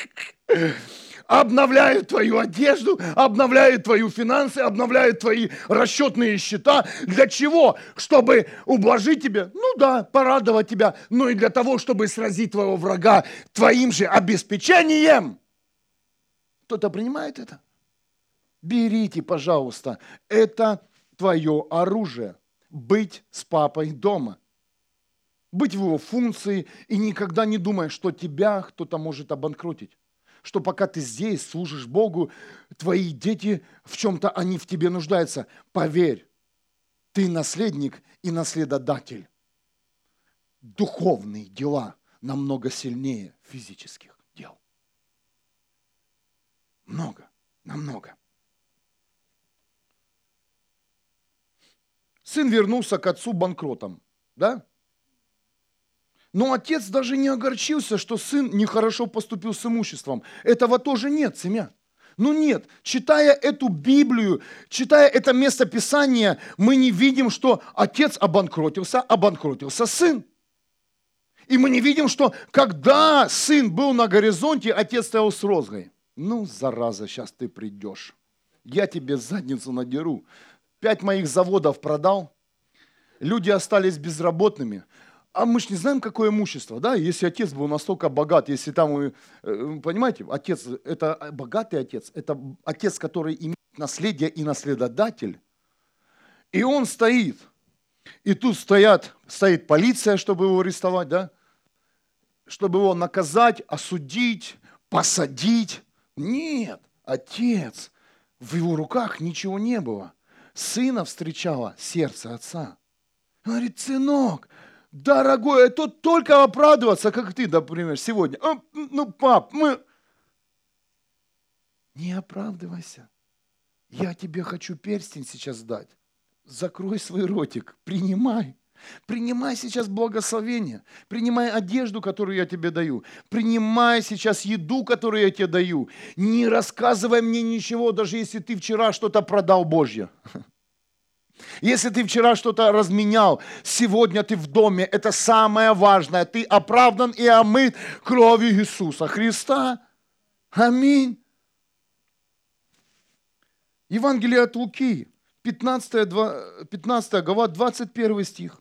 обновляют твою одежду, обновляют твои финансы, обновляют твои расчетные счета. Для чего? Чтобы ублажить тебя? Ну да, порадовать тебя, но и для того, чтобы сразить твоего врага твоим же обеспечением. Кто-то принимает это? Берите, пожалуйста, это твое оружие. Быть с папой дома. Быть в его функции и никогда не думай, что тебя кто-то может обанкротить. Что пока ты здесь служишь Богу, твои дети в чем-то они в тебе нуждаются. Поверь, ты наследник и наследодатель. Духовные дела намного сильнее физических дел. Много, намного. Сын вернулся к отцу банкротом, да? Но отец даже не огорчился, что сын нехорошо поступил с имуществом. Этого тоже нет, семья. Ну нет, читая эту Библию, читая это место Писания, мы не видим, что отец обанкротился, обанкротился сын. И мы не видим, что когда сын был на горизонте, отец стоял с розгой. Ну, зараза, сейчас ты придешь. Я тебе задницу надеру. Пять моих заводов продал, люди остались безработными. А мы же не знаем, какое имущество, да? Если отец был настолько богат, если там, понимаете, отец, это богатый отец, это отец, который имеет наследие и наследодатель, и он стоит, и тут стоят, стоит полиция, чтобы его арестовать, да? Чтобы его наказать, осудить, посадить. Нет, отец, в его руках ничего не было. Сына встречало сердце отца. Он говорит: сынок, дорогой, тут только оправдываться, как ты, например, сегодня. Ну, пап, мы... Не оправдывайся. Я тебе хочу перстень сейчас дать. Закрой свой ротик, принимай. Принимай сейчас благословение. Принимай одежду, которую я тебе даю. Принимай сейчас еду, которую я тебе даю. Не рассказывай мне ничего, даже если ты вчера что-то продал Божье. Если ты вчера что-то разменял, сегодня ты в доме, это самое важное. Ты оправдан и омыт кровью Иисуса Христа. Аминь. Евангелие от Луки, пятнадцатая глава, двадцать первый стих.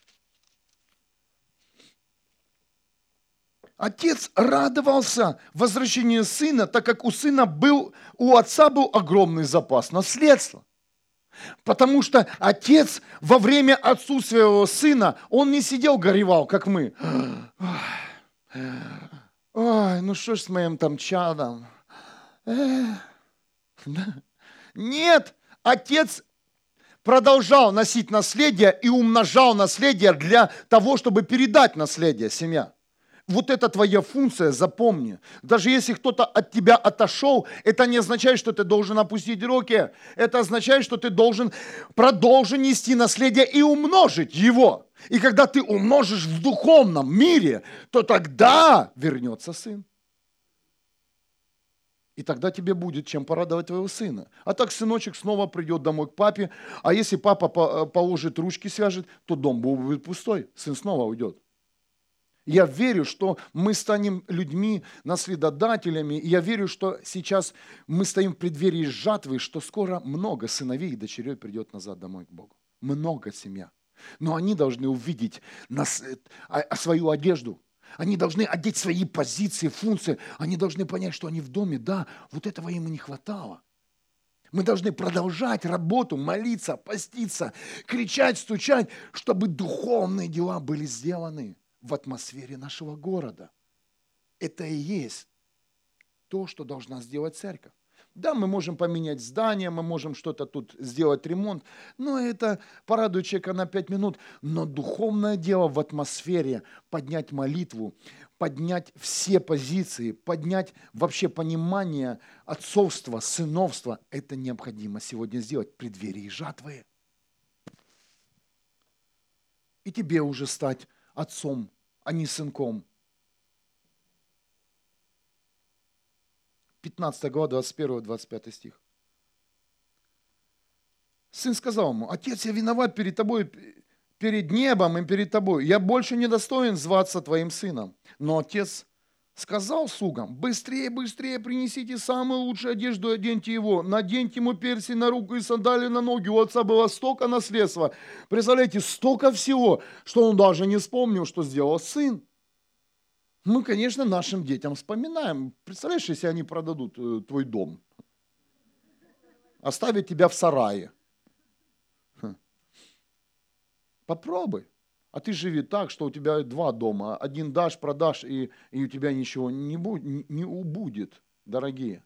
Отец радовался возвращению сына, так как у сына был, у отца был огромный запас наследства. Потому что отец во время отсутствия его сына, он не сидел горевал, как мы. Ой, ну что ж с моим там чадом? Нет, отец продолжал носить наследие и умножал наследие для того, чтобы передать наследие, семья. Вот это твоя функция, запомни. Даже если кто-то от тебя отошел, это не означает, что ты должен опустить руки. Это означает, что ты должен продолжить нести наследие и умножить его. И когда ты умножишь в духовном мире, то тогда вернется сын. И тогда тебе будет чем порадовать твоего сына. А так сыночек снова придет домой к папе. А если папа положит ручки, свяжет, то дом будет пустой. Сын снова уйдет. Я верю, что мы станем людьми, наследодателями. И я верю, что сейчас мы стоим в преддверии жатвы, что скоро много сыновей и дочерей придет назад домой к Богу. Много семья. Но они должны увидеть нас, а, свою одежду. Они должны одеть свои позиции, функции. Они должны понять, что они в доме. Да, вот этого им и не хватало. Мы должны продолжать работу, молиться, поститься, кричать, стучать, чтобы духовные дела были сделаны в атмосфере нашего города. Это и есть то, что должна сделать церковь. Да, мы можем поменять здание, мы можем что-то тут сделать, ремонт, но это порадует человека на пять минут. Но духовное дело в атмосфере, поднять молитву, поднять все позиции, поднять вообще понимание отцовства, сыновства, это необходимо сегодня сделать в преддверии жатвы. И тебе уже стать отцом, а не сынком. пятнадцатая глава, двадцать первый двадцать пятый стих. Сын сказал ему: отец, я виноват перед тобой, перед небом и перед тобой. Я больше не достоин зваться твоим сыном. Но отец сказал слугам: быстрее, быстрее принесите самую лучшую одежду и оденьте его. Наденьте ему перстень на руку и сандалии на ноги. У отца было столько наследства. Представляете, столько всего, что он даже не вспомнил, что сделал сын. Мы, конечно, нашим детям вспоминаем. Представляешь, если они продадут э, твой дом, оставят тебя в сарае. Хм. Попробуй. А ты живи так, что у тебя два дома. Один дашь, продашь, и, и у тебя ничего не, будет, не, не убудет, дорогие.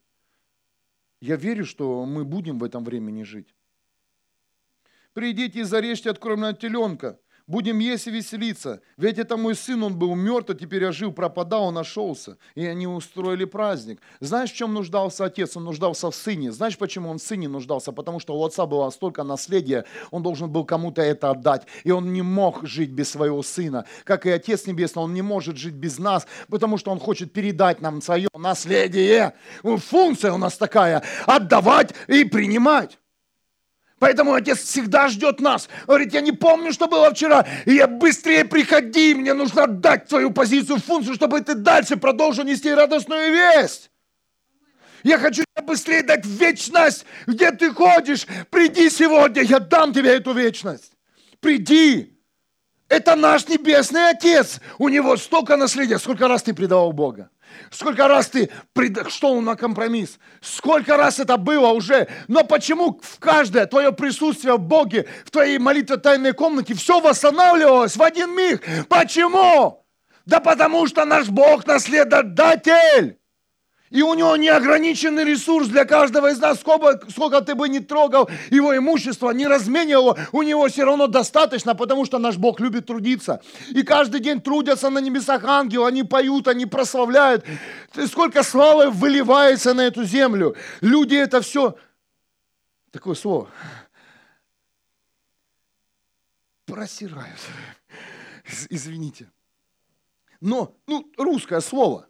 Я верю, что мы будем в этом времени жить. Придите и зарежьте откормленного теленка. Будем есть и веселиться. Ведь это мой сын, он был мертв, а теперь ожил, пропадал, он нашелся. И они устроили праздник. Знаешь, в чем нуждался отец? Он нуждался в сыне. Знаешь, почему он в сыне нуждался? Потому что у отца было столько наследия, он должен был кому-то это отдать. И он не мог жить без своего сына. Как и Отец Небесный, он не может жить без нас, потому что он хочет передать нам свое наследие. Функция у нас такая – отдавать и принимать. Поэтому Отец всегда ждет нас. Говорит: я не помню, что было вчера, и я быстрее приходи, мне нужно отдать твою позицию, функцию, чтобы ты дальше продолжил нести радостную весть. Я хочу тебе быстрее дать вечность, где ты ходишь. Приди сегодня, я дам тебе эту вечность. Приди. Это наш Небесный Отец. У Него столько наследия. Сколько раз ты предавал Бога? Сколько раз ты пред... шел на компромисс? Сколько раз это было уже? Но почему в каждое твое присутствие в Боге, в твоей молитве тайной комнате все восстанавливалось в один миг? Почему? Да потому что наш Бог наследодатель. И у него неограниченный ресурс для каждого из нас. Сколько, сколько ты бы ни трогал его имущество, не разменивал, у него все равно достаточно, потому что наш Бог любит трудиться. И каждый день трудятся на небесах ангелы, они поют, они прославляют. Сколько славы выливается на эту землю. Люди это все, такое слово, просирают. Извините. Но, ну, русское слово.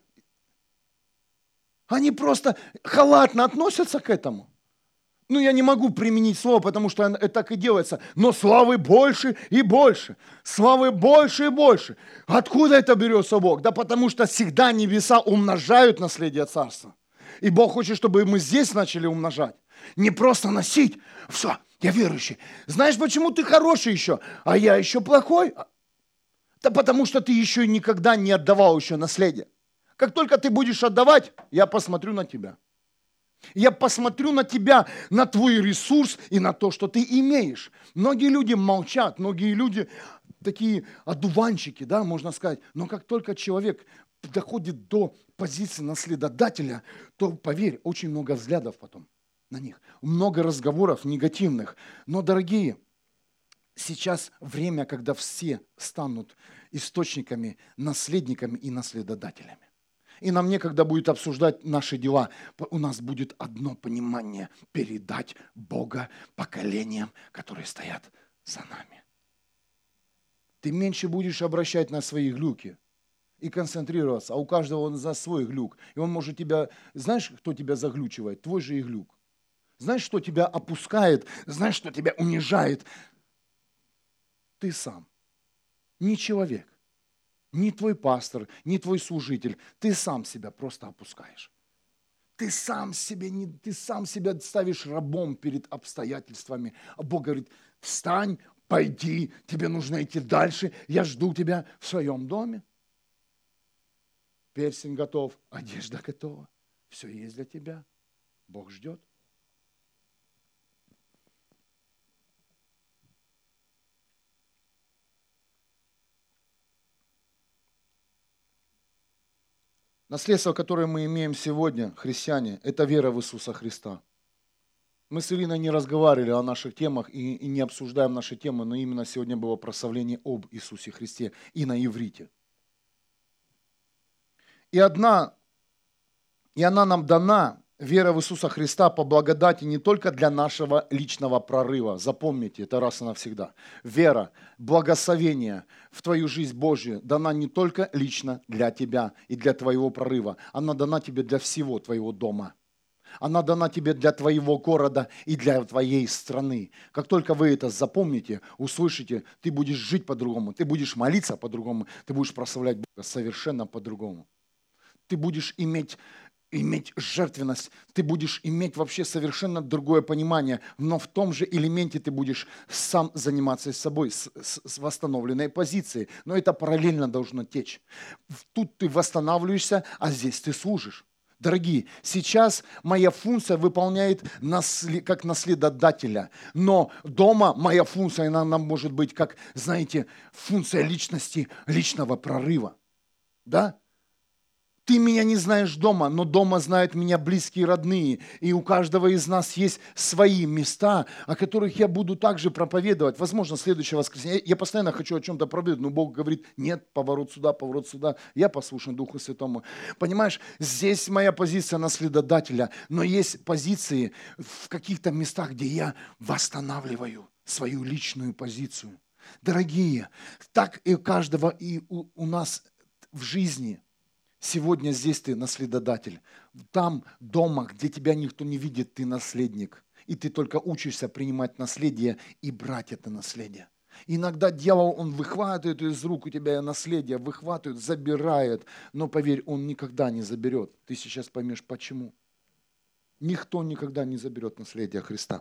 Они просто халатно относятся к этому. Ну, я не могу применить слово, потому что это так и делается. Но славы больше и больше. Славы больше и больше. Откуда это берется Бог? Да потому что всегда небеса умножают наследие царства. И Бог хочет, чтобы мы здесь начали умножать. Не просто носить. Все, я верующий. Знаешь, почему ты хороший еще, а я еще плохой? Да потому что ты еще никогда не отдавал еще наследие. Как только ты будешь отдавать, я посмотрю на тебя. Я посмотрю на тебя, на твой ресурс и на то, что ты имеешь. Многие люди молчат, многие люди такие одуванчики, да, можно сказать. Но как только человек доходит до позиции наследодателя, то, поверь, очень много взглядов потом на них. Много разговоров негативных. Но, дорогие, сейчас время, когда все станут источниками, наследниками и наследодателями. И нам некогда будет обсуждать наши дела. У нас будет одно понимание – передать Бога поколениям, которые стоят за нами. Ты меньше будешь обращать на свои глюки и концентрироваться, а у каждого он за свой глюк. И он может тебя… Знаешь, кто тебя заглючивает? Твой же и глюк. Знаешь, что тебя опускает? Знаешь, что тебя унижает? Ты сам, не человек. Ни твой пастор, ни твой служитель. Ты сам себя просто опускаешь. Ты сам, себе не, ты сам себя ставишь рабом перед обстоятельствами. А Бог говорит: встань, пойди, тебе нужно идти дальше. Я жду тебя в своем доме. Перстень готов, одежда готова. Все есть для тебя. Бог ждет. Наследство, которое мы имеем сегодня, христиане, это вера в Иисуса Христа. Мы с Ириной не разговаривали о наших темах и, и не обсуждаем наши темы, но именно сегодня было прославление об Иисусе Христе и на иврите. И одна, и она нам дана, вера в Иисуса Христа по благодати не только для нашего личного прорыва. Запомните, это раз и навсегда. Вера, благословение в твою жизнь Божью дана не только лично для тебя и для твоего прорыва. Она дана тебе для всего твоего дома. Она дана тебе для твоего города и для твоей страны. Как только вы это запомните, услышите, ты будешь жить по-другому, ты будешь молиться по-другому, ты будешь прославлять Бога совершенно по-другому. Ты будешь иметь, иметь жертвенность, ты будешь иметь вообще совершенно другое понимание, но в том же элементе ты будешь сам заниматься собой, с, с, с восстановленной позицией. Но это параллельно должно течь. Тут ты восстанавливаешься, а здесь ты служишь. Дорогие, сейчас моя функция выполняет наслед, как наследодателя, но дома моя функция, она, она может быть как, знаете, функция личности, личного прорыва. Да? Ты меня не знаешь дома, но дома знают меня близкие и родные. И у каждого из нас есть свои места, о которых я буду также проповедовать. Возможно, следующее воскресенье. Я постоянно хочу о чем-то проповедовать, но Бог говорит, нет, поворот сюда, поворот сюда. Я послушен Духу Святому. Понимаешь, здесь моя позиция наследодателя, но есть позиции в каких-то местах, где я восстанавливаю свою личную позицию. Дорогие, так и у каждого и у, у нас в жизни. Сегодня здесь ты наследодатель. Там, дома, где тебя никто не видит, ты наследник. И ты только учишься принимать наследие и брать это наследие. Иногда дьявол, он выхватывает из рук у тебя наследие, выхватывает, забирает. Но поверь, он никогда не заберет. Ты сейчас поймешь, почему. Никто никогда не заберет наследие Христа.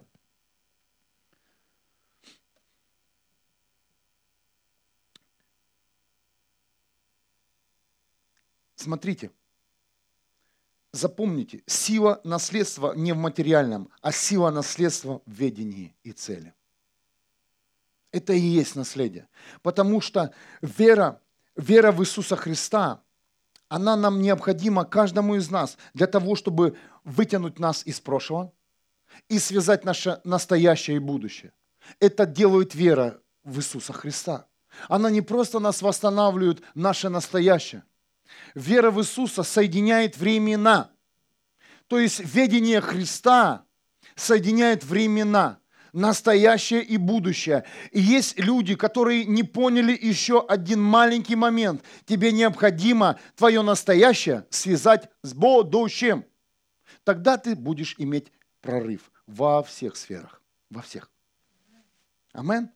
Смотрите, запомните, сила наследства не в материальном, а сила наследства в ведении и цели. Это и есть наследие. Потому что вера, вера в Иисуса Христа, она нам необходима каждому из нас для того, чтобы вытянуть нас из прошлого и связать наше настоящее и будущее. Это делает вера в Иисуса Христа. Она не просто нас восстанавливает, наше настоящее. Вера в Иисуса соединяет времена. То есть ведение Христа соединяет времена, настоящее и будущее. И есть люди, которые не поняли еще один маленький момент. Тебе необходимо твое настоящее связать с будущим. Тогда ты будешь иметь прорыв во всех сферах. Во всех. Аминь.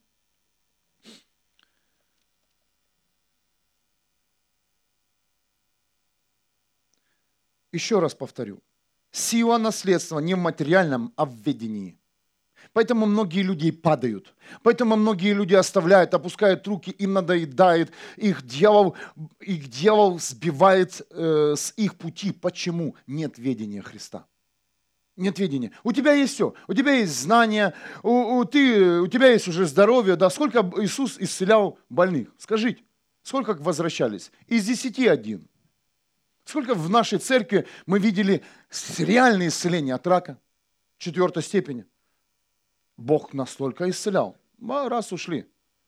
Еще раз повторю. Сила наследства не в материальном, а в ведении. Поэтому многие люди падают. Поэтому многие люди оставляют, опускают руки, им надоедает. Их дьявол, их дьявол сбивает э, с их пути. Почему? Нет ведения Христа. Нет ведения. У тебя есть все. У тебя есть знания, у, у, ты, у тебя есть уже здоровье. Да? Сколько Иисус исцелял больных? Скажите, сколько возвращались? Из десяти один. Сколько в нашей церкви мы видели реальные исцеления от рака четвертой степени. Бог настолько исцелял. Раз ушли.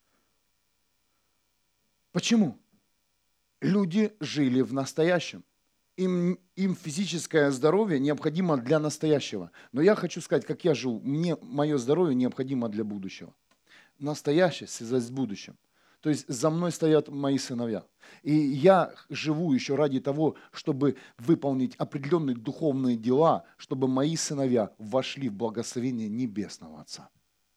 Почему? Люди жили в настоящем. Им, им физическое здоровье необходимо для настоящего. Но я хочу сказать, как я живу. Мне мое здоровье необходимо для будущего. Настоящее связать с будущим. То есть за мной стоят мои сыновья. И я живу еще ради того, чтобы выполнить определенные духовные дела, чтобы мои сыновья вошли в благословение Небесного Отца.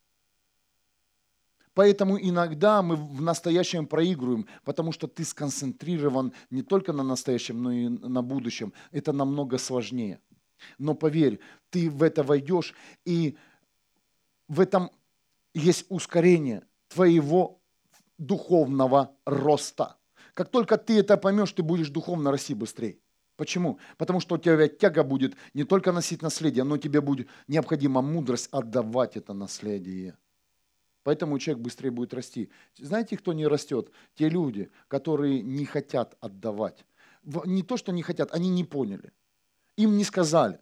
Поэтому иногда мы в настоящем проигрываем, потому что ты сконцентрирован не только на настоящем, но и на будущем. Это намного сложнее. Но поверь, ты в это войдешь, и в этом есть ускорение твоего духовного роста. Как только ты это поймешь, ты будешь духовно расти быстрее. Почему? Потому что у тебя тяга будет не только носить наследие, но тебе будет необходима мудрость отдавать это наследие. Поэтому человек быстрее будет расти. Знаете, кто не растет? Те люди, которые не хотят отдавать. не то, что не хотят, они не поняли. Им не сказали.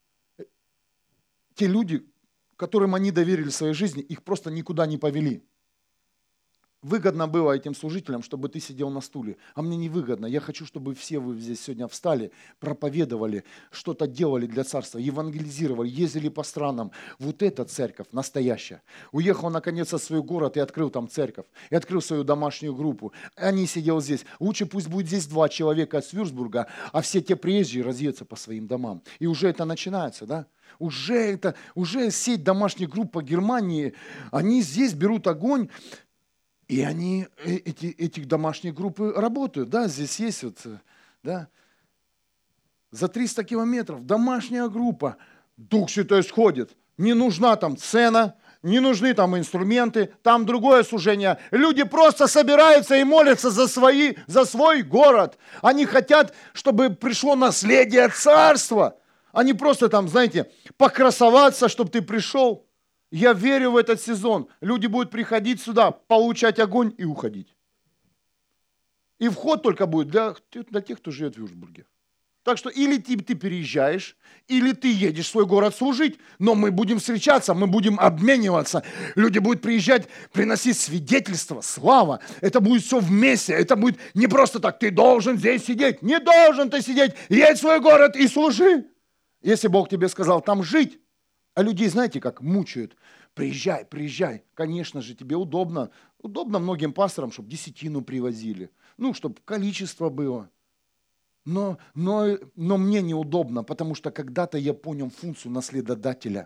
Те люди, которым они доверили своей жизни, их просто никуда не повели. Выгодно было этим служителям, чтобы ты сидел на стуле, а мне не выгодно. Я хочу, чтобы все вы здесь сегодня встали, проповедовали, что-то делали для царства, евангелизировали, ездили по странам. Вот эта церковь настоящая. Уехал наконец в свой город и открыл там церковь, и открыл свою домашнюю группу. Они сидел здесь. Лучше пусть будет здесь два человека из Вюрцбурга, а все те приезжие разъедутся по своим домам. И уже это начинается, да? Уже это, уже сеть домашних групп по Германии, они здесь берут огонь. И они, эти, эти домашние группы работают, да, здесь есть вот, да, за триста километров домашняя группа, Дух Святой сходит, не нужна там цена, не нужны там инструменты, там другое служение. Люди просто собираются и молятся за, свои, за свой город. Они хотят, чтобы пришло наследие царства, а не просто там, знаете, покрасоваться, чтобы ты пришел. Я верю в этот сезон. Люди будут приходить сюда, получать огонь и уходить. И вход только будет для, для тех, кто живет в Вюрцбурге. Так что или ты, ты переезжаешь, или ты едешь в свой город служить, но мы будем встречаться, мы будем обмениваться. Люди будут приезжать, приносить свидетельство, слава. Это будет все вместе. Это будет не просто так, ты должен здесь сидеть. Не должен ты сидеть. Едь в свой город и служи. Если Бог тебе сказал там жить. А людей, знаете, как мучают? Приезжай, приезжай. Конечно же, тебе удобно. Удобно многим пасторам, чтобы десятину привозили. Ну, чтобы количество было. Но, но, но мне неудобно, потому что когда-то я понял функцию наследодателя.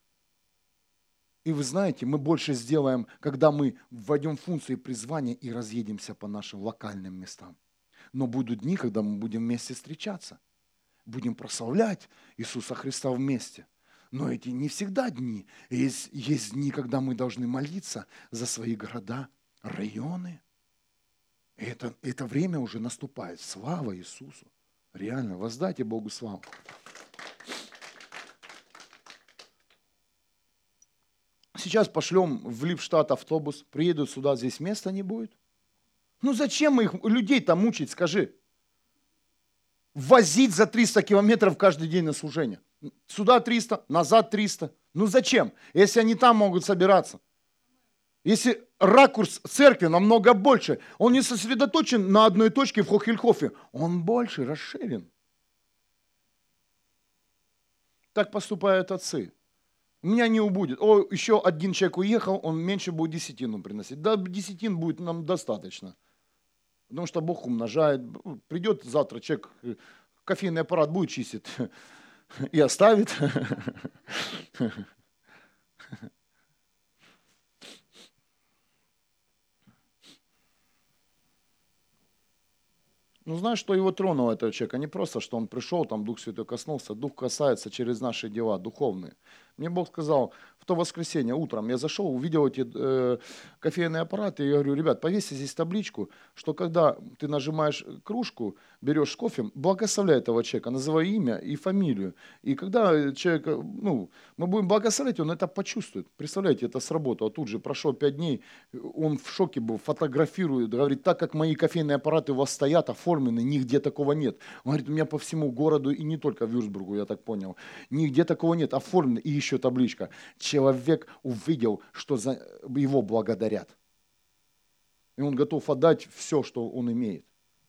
И вы знаете, мы больше сделаем, когда мы вводим функцию и призвание и разъедемся по нашим локальным местам. Но будут дни, когда мы будем вместе встречаться. Будем прославлять Иисуса Христа вместе. Но эти не всегда дни. Есть, есть дни, когда мы должны молиться за свои города, районы. И это, это время уже наступает. Слава Иисусу. Реально, воздайте Богу славу. Сейчас пошлем в Липштадт автобус, приедут сюда, здесь места не будет. Ну зачем мы их, людей там мучить, скажи? Возить за триста километров каждый день на служение. Сюда триста, назад триста. Ну зачем, если они там могут собираться? Если ракурс церкви намного больше, он не сосредоточен на одной точке в Хохельхофе, он больше расширен. Так поступают отцы. У меня не убудет. О, еще один человек уехал, он меньше будет десятину приносить. Да, десятин будет нам достаточно. Потому что Бог умножает. Придет завтра человек, кофейный аппарат будет чистить и оставит. Ну, знаешь, что его тронуло, этого человека? Не просто, что он пришел, там Дух Святой коснулся. Дух касается через наши дела духовные. Мне Бог сказал, в то воскресенье утром я зашел, увидел эти э, кофейные аппараты, и я говорю, ребят, повесьте здесь табличку, что когда ты нажимаешь кружку, берешь кофе, благословляй этого человека, называй имя и фамилию. И когда человек, ну, мы будем благословлять, он это почувствует. Представляете, это сработало. Тут же прошло пять дней, он в шоке был, фотографирует, говорит, так как мои кофейные аппараты у вас стоят, оформлены, нигде такого нет. Он говорит, у меня по всему городу, и не только в Вюрцбургу, я так понял, нигде такого нет, оформлено, и еще табличка. Человек увидел, что за его благодарят. И он готов отдать все, что он имеет.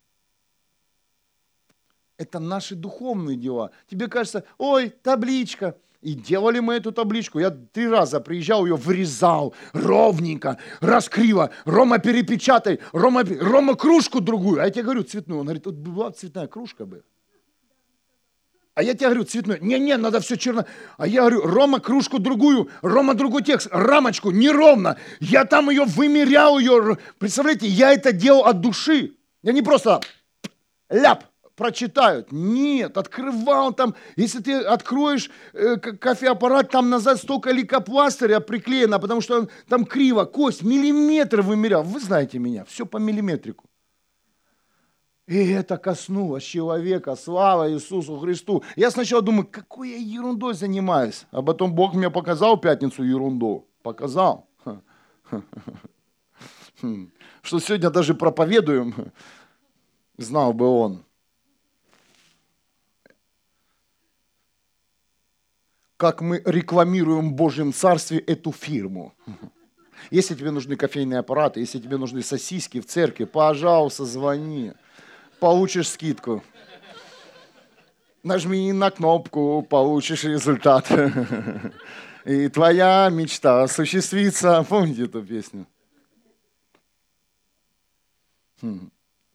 Это наши духовные дела. Тебе кажется, ой, табличка. И делали мы эту табличку. Я три раза приезжал, ее вырезал ровненько, раскриво. Рома, перепечатай. Рома, Рома, кружку другую. А я тебе говорю, цветную. Он говорит, вот была цветная кружка бы. А я тебе говорю, цветной. Не-не, надо все черно. А я говорю, Рома, кружку другую. Рома, другой текст. Рамочку неровно. Я там ее вымерял. Ее. Представляете, я это делал от души. Я не просто ляп. Прочитают. Нет, открывал там, если ты откроешь э, кофеаппарат, там назад столько лейкопластыря приклеено, потому что он, там криво, кость, миллиметр вымерял. Вы знаете меня, все по миллиметрику. И это коснулось человека, слава Иисусу Христу. Я сначала думаю, какой я ерундой занимаюсь, а потом Бог мне показал в пятницу ерунду. Показал. Что сегодня даже проповедуем, знал бы он. как мы рекламируем в Божьем Царстве эту фирму. Если тебе нужны кофейные аппараты, если тебе нужны сосиски в церкви, пожалуйста, звони. Получишь скидку. Нажми на кнопку, получишь результат. И твоя мечта осуществится. Помните эту песню? Хм.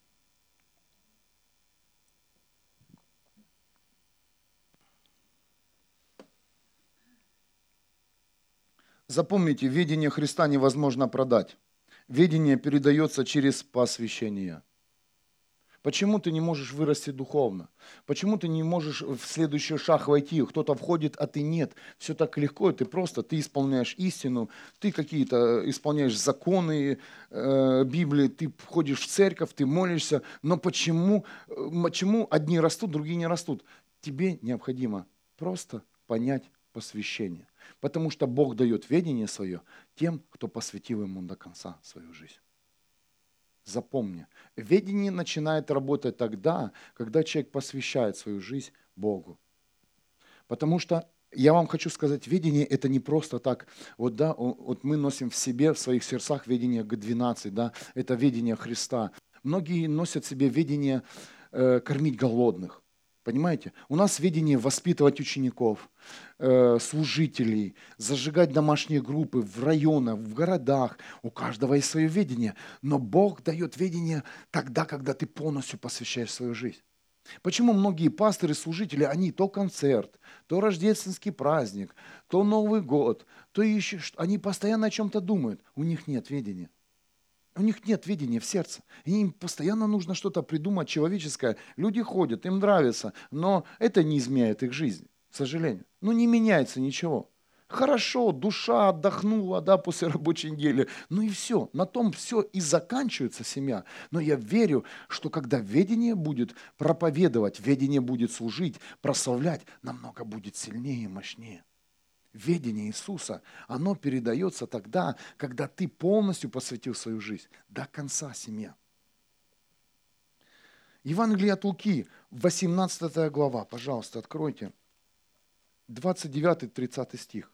Запомните, видение Христа невозможно продать. Видение передается через посвящение. Почему ты не можешь вырасти духовно? Почему ты не можешь в следующий шаг войти? Кто-то входит, а ты нет. Все так легко, ты просто, ты исполняешь истину, ты какие-то исполняешь законы э, Библии, ты входишь в церковь, ты молишься. Но почему, почему одни растут, другие не растут? Тебе необходимо просто понять посвящение. Потому что Бог дает ведение свое тем, кто посвятил Ему до конца свою жизнь. Запомни, ведение начинает работать тогда, когда человек посвящает свою жизнь Богу. Потому что, я вам хочу сказать, ведение это не просто так. Вот, да, вот мы носим в себе, в своих сердцах ведение Г двенадцать, да, это ведение Христа. Многие носят в себе ведение э, кормить голодных. Понимаете? У нас видение воспитывать учеников, э, служителей, зажигать домашние группы в районах, в городах. У каждого есть свое видение. Но Бог дает видение тогда, когда ты полностью посвящаешь свою жизнь. Почему многие пасторы, служители, они то концерт, то рождественский праздник, то Новый год, то еще что, они постоянно о чем-то думают. У них нет видения. У них нет видения в сердце. И им постоянно нужно что-то придумать человеческое. Люди ходят, им нравится, но это не изменяет их жизнь, к сожалению. Ну не меняется ничего. Хорошо, душа отдохнула, да, после рабочей недели. Ну и все, на том все и заканчивается семья. Но я верю, что когда ведение будет проповедовать, ведение будет служить, прославлять, намного будет сильнее и мощнее. Ведение Иисуса, оно передается тогда, когда ты полностью посвятил свою жизнь до конца семья. Евангелие от Луки, восемнадцатая глава, пожалуйста, откройте, двадцать девятый тридцатый стих.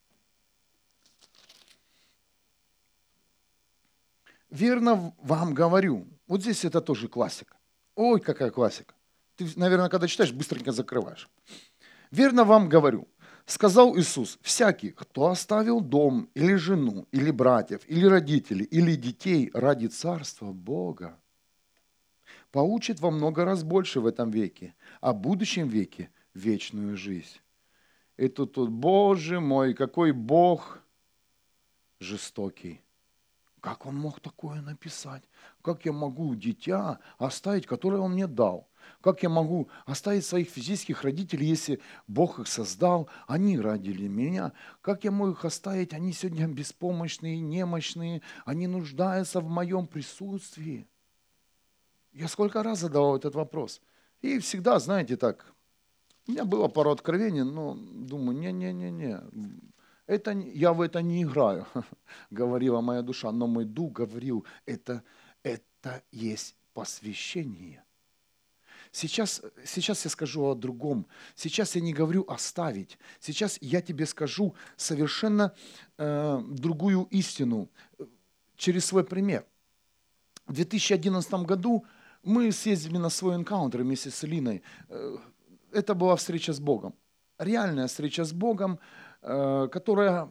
Верно вам говорю, вот здесь это тоже классика. Ой, какая классика. Ты, наверное, когда читаешь, быстренько закрываешь. Верно вам говорю, сказал Иисус, всякий, кто оставил дом, или жену, или братьев, или родителей, или детей ради Царства Бога, получит во много раз больше в этом веке, а в будущем веке вечную жизнь. И тут, тут, Боже мой, какой Бог жестокий. Как Он мог такое написать? Как я могу дитя оставить, которое Он мне дал? Как я могу оставить своих физических родителей, если Бог их создал, они родили меня? Как я могу их оставить? Они сегодня беспомощные, немощные, они нуждаются в моем присутствии. Я сколько раз задавал этот вопрос. И всегда, знаете, так, у меня было пару откровений, но думаю, не-не-не-не, это, я в это не играю, говорила моя душа, но мой дух говорил, это, это есть посвящение. Сейчас, сейчас я скажу о другом. Сейчас я не говорю оставить. Сейчас я тебе скажу совершенно э, другую истину через свой пример. В две тысячи одиннадцатом году мы съездили на свой энкаунтер вместе с Элиной. Это была встреча с Богом. Реальная встреча с Богом, э, которая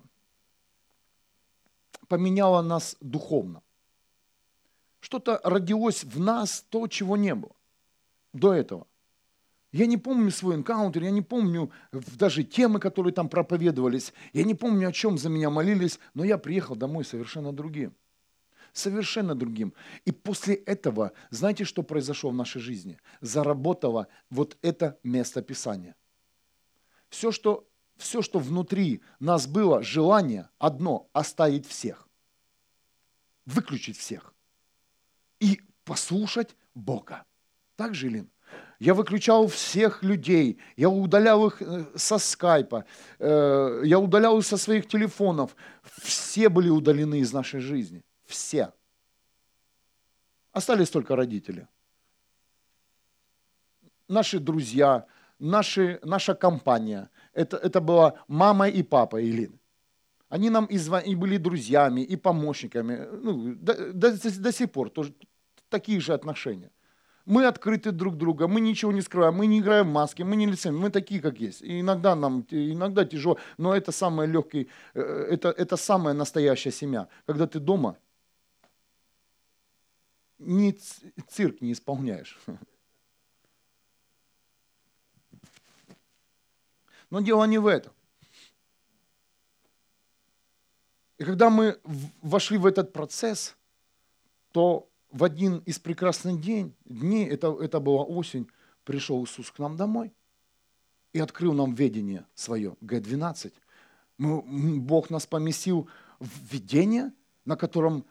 поменяла нас духовно. Что-то родилось в нас, то, чего не было до этого. Я не помню свой энкаунтер, я не помню даже темы, которые там проповедовались, я не помню, о чем за меня молились, но я приехал домой совершенно другим. Совершенно другим. И после этого, знаете, что произошло в нашей жизни? Заработало вот это место Писания. Все, что, все, что внутри нас было, желание одно – оставить всех. Выключить всех. И послушать Бога. Так же, Лин? Я выключал всех людей, я удалял их со скайпа, я удалял их со своих телефонов. Все были удалены из нашей жизни. Все. Остались только родители. Наши друзья, наши, наша компания. это, это была мама и папа Илины. Они нам и, звон... и были друзьями, и помощниками. Ну, до, до, до сих пор тоже такие же отношения. Мы открыты друг друга, мы ничего не скрываем, мы не играем в маски, мы не лицемерим, мы такие, как есть. И иногда нам иногда тяжело, но это самое легкое, это, это самая настоящая семья. Когда ты дома, ни цирк не исполняешь. Но дело не в этом. И когда мы вошли в этот процесс, то в один из прекрасных день, дней, это, это была осень, пришел Иисус к нам домой и открыл нам видение свое, Г двенадцать. Мы, Бог нас поместил в видение, на котором,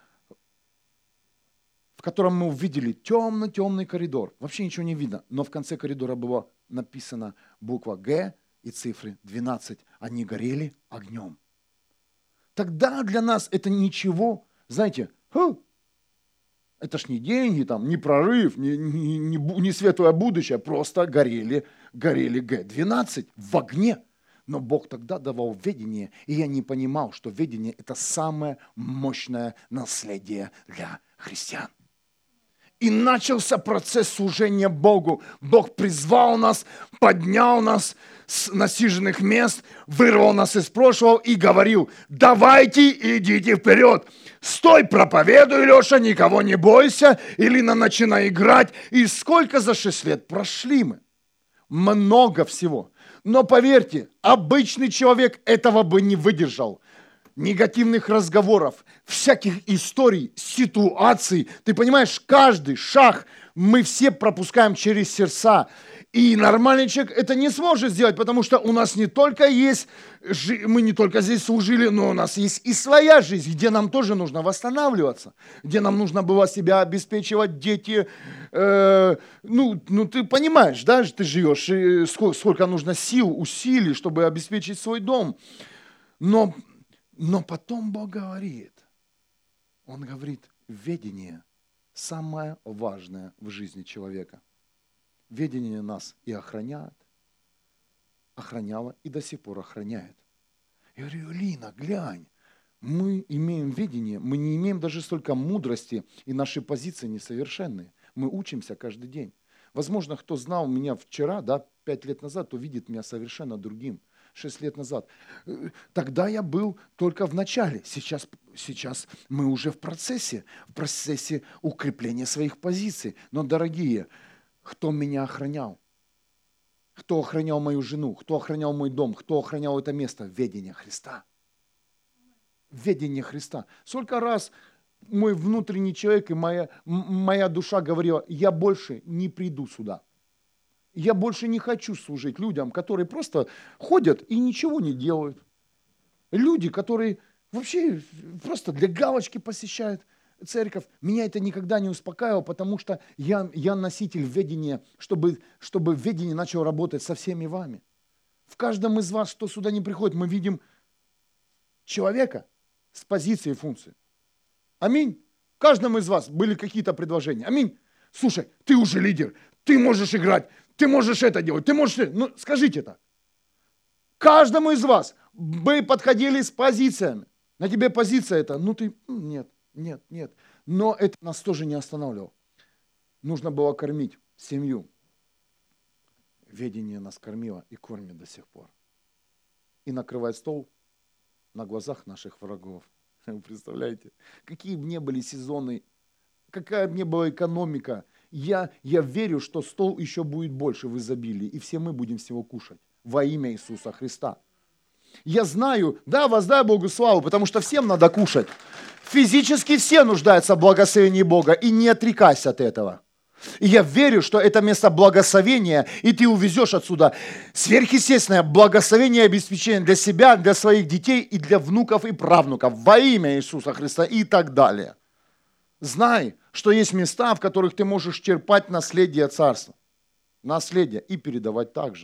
в котором мы увидели темно-темный коридор. Вообще ничего не видно, но в конце коридора была написана буква Г и цифры двенадцать. Они горели огнем. Тогда для нас это ничего, знаете, ху, это ж не деньги, там, не прорыв, не, не, не, не светлое будущее, просто горели, горели Г двенадцать в огне. Но Бог тогда давал ведение, и я не понимал, что ведение – это самое мощное наследие для христиан. И начался процесс служения Богу. Бог призвал нас, поднял нас с насиженных мест, вырвал нас из прошлого и говорил: давайте идите вперед. Стой, проповедуй, Леша, никого не бойся. Илина, начинай играть. И сколько за шесть лет прошли мы? Много всего. Но поверьте, обычный человек этого бы не выдержал. Негативных разговоров, всяких историй, ситуаций. Ты понимаешь, каждый шаг мы все пропускаем через сердца. И нормальный человек это не сможет сделать, потому что у нас не только есть, мы не только здесь служили, но у нас есть и своя жизнь, где нам тоже нужно восстанавливаться, где нам нужно было себя обеспечивать, дети. Э, ну, ну, ты понимаешь, да, ты живешь, и сколько, сколько нужно сил, усилий, чтобы обеспечить свой дом. Но... Но потом Бог говорит, Он говорит, ведение самое важное в жизни человека. Ведение нас и охраняет, охраняло и до сих пор охраняет. Я говорю: Лина, глянь, мы имеем ведение, мы не имеем даже столько мудрости, и наши позиции несовершенные. Мы учимся каждый день. Возможно, кто знал меня вчера, да, пять лет назад, то видит меня совершенно другим. Шесть лет назад. Тогда я был только в начале. Сейчас, сейчас мы уже в процессе, в процессе укрепления своих позиций. Но, дорогие, кто меня охранял? Кто охранял мою жену? Кто охранял мой дом? Кто охранял это место? Ведение Христа. Ведение Христа. Сколько раз мой внутренний человек и моя, моя душа говорила: я больше не приду сюда. Я больше не хочу служить людям, которые просто ходят и ничего не делают. Люди, которые вообще просто для галочки посещают церковь. Меня это никогда не успокаивало, потому что я, я носитель ведения, чтобы, чтобы ведение начало работать со всеми вами. В каждом из вас, кто сюда не приходит, мы видим человека с позицией и функцией. Аминь. В каждом из вас были какие-то предложения. Аминь. Слушай, ты уже лидер, ты можешь играть. Ты можешь это делать, ты можешь... Ну, скажите это. Каждому из вас вы подходили с позициями. На тебе позиция это, ну ты... Нет, нет, нет. Но это нас тоже не останавливало. Нужно было кормить семью. Ведение нас кормило и кормит до сих пор. И накрывает стол на глазах наших врагов. Вы представляете? Какие бы ни были сезоны, какая бы ни была экономика, Я, я верю, что стол еще будет больше в изобилии, и все мы будем с него кушать во имя Иисуса Христа. Я знаю, да, воздай Богу славу, потому что всем надо кушать. Физически все нуждаются в благословении Бога, и не отрекайся от этого. И я верю, что это место благословения, и ты увезешь отсюда сверхъестественное благословение и обеспечение для себя, для своих детей и для внуков и правнуков во имя Иисуса Христа и так далее. Знай, что есть места, в которых ты можешь черпать наследие царства. Наследие и передавать также.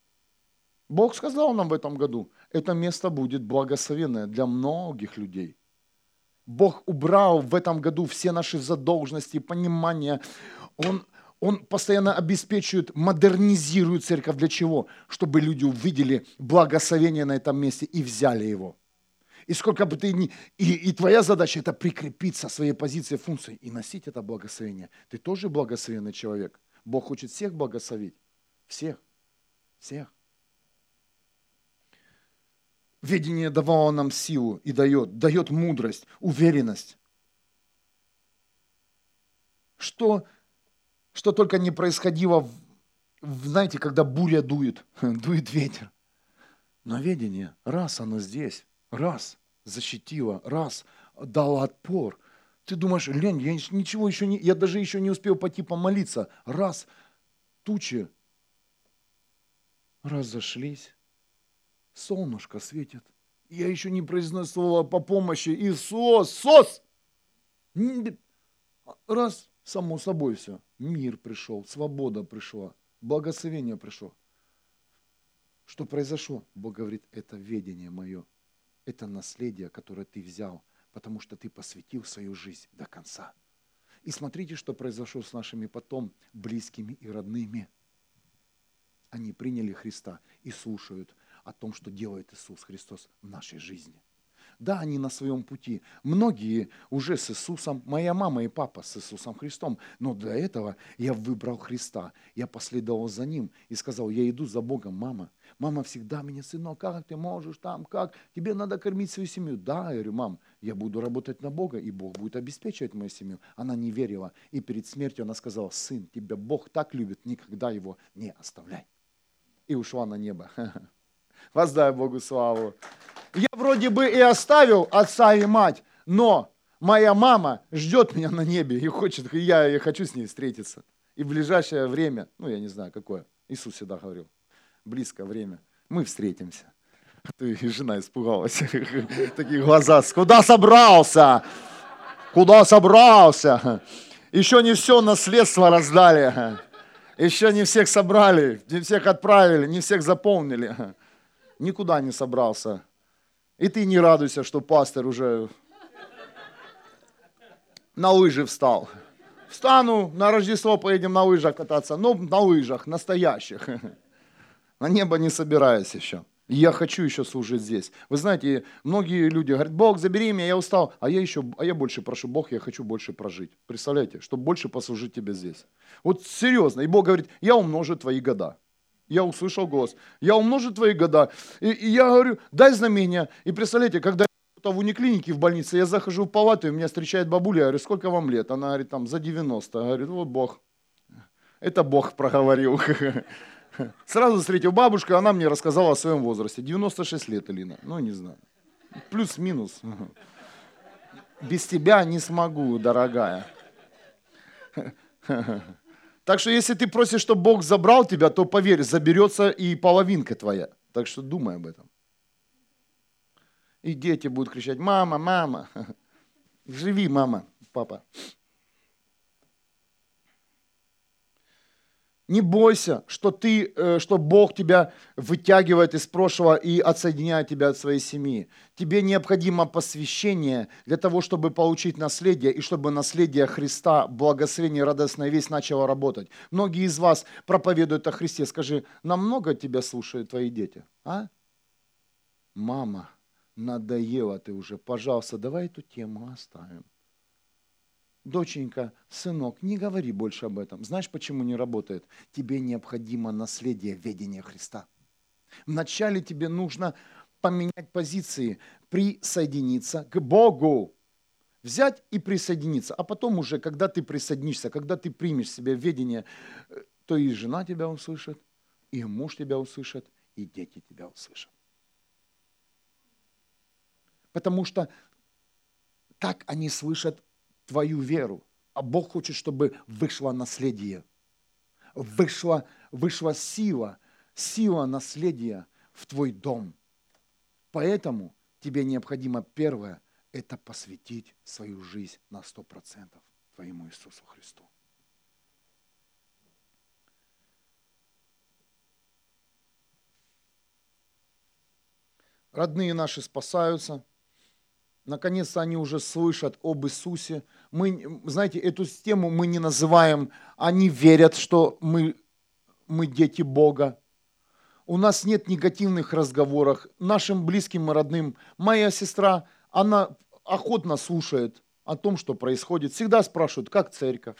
Бог сказал нам в этом году, это место будет благословенное для многих людей. Бог убрал в этом году все наши задолженности, понимания. Он, Он постоянно обеспечивает, модернизирует церковь. Для чего? Чтобы люди увидели благословение на этом месте и взяли его. И сколько бы ты ни... И, и твоя задача – это прикрепиться своей позиции, функции и носить это благословение. Ты тоже благословенный человек. Бог хочет всех благословить. Всех. Всех. Ведение давало нам силу и дает. Дает мудрость, уверенность. Что, что только не происходило, в, знаете, когда буря дует, дует ветер. Но ведение, раз оно здесь, раз защитило, раз дало отпор. Ты думаешь, Лень, я ничего еще не, я даже еще не успел пойти помолиться. Раз тучи разошлись, солнышко светит. Я еще не произнес слово по помощи. Иисус, сос! Раз, само собой все. Мир пришел, свобода пришла, благословение пришло. Что произошло? Бог говорит, это ведение мое. Это наследие, которое ты взял, потому что ты посвятил свою жизнь до конца. И смотрите, что произошло с нашими потом близкими и родными. Они приняли Христа и слушают о том, что делает Иисус Христос в нашей жизни. Да, они на своем пути. Многие уже с Иисусом, моя мама и папа с Иисусом Христом. Но для этого я выбрал Христа. Я последовал за Ним и сказал, я иду за Богом, мама. Мама всегда меня, сынок, как ты можешь там, как? Тебе надо кормить свою семью. Да, я говорю, мам, я буду работать на Бога, и Бог будет обеспечивать мою семью. Она не верила. И перед смертью она сказала, сын, тебя Бог так любит, никогда его не оставляй. И ушла на небо. Воздай Богу славу. Я вроде бы и оставил отца и мать, но моя мама ждет меня на небе и хочет, и я, я хочу с ней встретиться. И в ближайшее время, ну я не знаю какое, Иисус всегда говорил, близкое время, мы встретимся. И жена испугалась, такие глаза, куда собрался? Куда собрался? Еще не все наследство раздали, еще не всех собрали, не всех отправили, не всех заполнили. Никуда не собрался. И ты не радуйся, что пастор уже на лыжи встал. Встану, на Рождество поедем на лыжах кататься. Ну, на лыжах, настоящих. На небо не собираюсь еще. И я хочу еще служить здесь. Вы знаете, многие люди говорят, Бог, забери меня, я устал. А я еще, а я больше прошу, Бог, я хочу больше прожить. Представляете, чтобы больше послужить тебе здесь. Вот серьезно. И Бог говорит, я умножу твои года. Я услышал голос. Я умножу твои года. И, и я говорю, дай знамение. И представляете, когда я в униклинике в больнице, я захожу в палату, и меня встречает бабуля, я говорю, сколько вам лет? Она говорит, там, за девяносто. Я говорю, вот Бог. Это Бог проговорил. Сразу встретил бабушку, она мне рассказала о своем возрасте. девяносто шесть лет, Алина. Ну, не знаю. Плюс-минус. Без тебя не смогу, дорогая. Так что если ты просишь, чтобы Бог забрал тебя, то поверь, заберется и половинка твоя. Так что думай об этом. И дети будут кричать, мама, мама. Живи, мама, папа. Не бойся, что, ты, что Бог тебя вытягивает из прошлого и отсоединяет тебя от своей семьи. Тебе необходимо посвящение для того, чтобы получить наследие, и чтобы наследие Христа, благословение, радостная весть начало работать. Многие из вас проповедуют о Христе. Скажи, намного тебя слушают твои дети? А? Мама, надоела ты уже. Пожалуйста, давай эту тему оставим. Доченька, сынок, не говори больше об этом. Знаешь, почему не работает? Тебе необходимо наследие ведения Христа. Вначале тебе нужно поменять позиции, присоединиться к Богу. Взять и присоединиться. А потом уже, когда ты присоединишься, когда ты примешь в себя ведение, то и жена тебя услышит, и муж тебя услышит, и дети тебя услышат. Потому что так они слышат твою веру. А Бог хочет, чтобы вышло наследие. Вышла, вышла сила, сила наследия в твой дом. Поэтому тебе необходимо первое, это посвятить свою жизнь на сто процентов твоему Иисусу Христу. Родные наши спасаются, Наконец-то они уже слышат об Иисусе. Мы, знаете, эту тему мы не называем, они верят, что мы, мы дети Бога. У нас нет негативных разговоров. Нашим близким и родным. Моя сестра, она охотно слушает о том, что происходит. Всегда спрашивают, как церковь.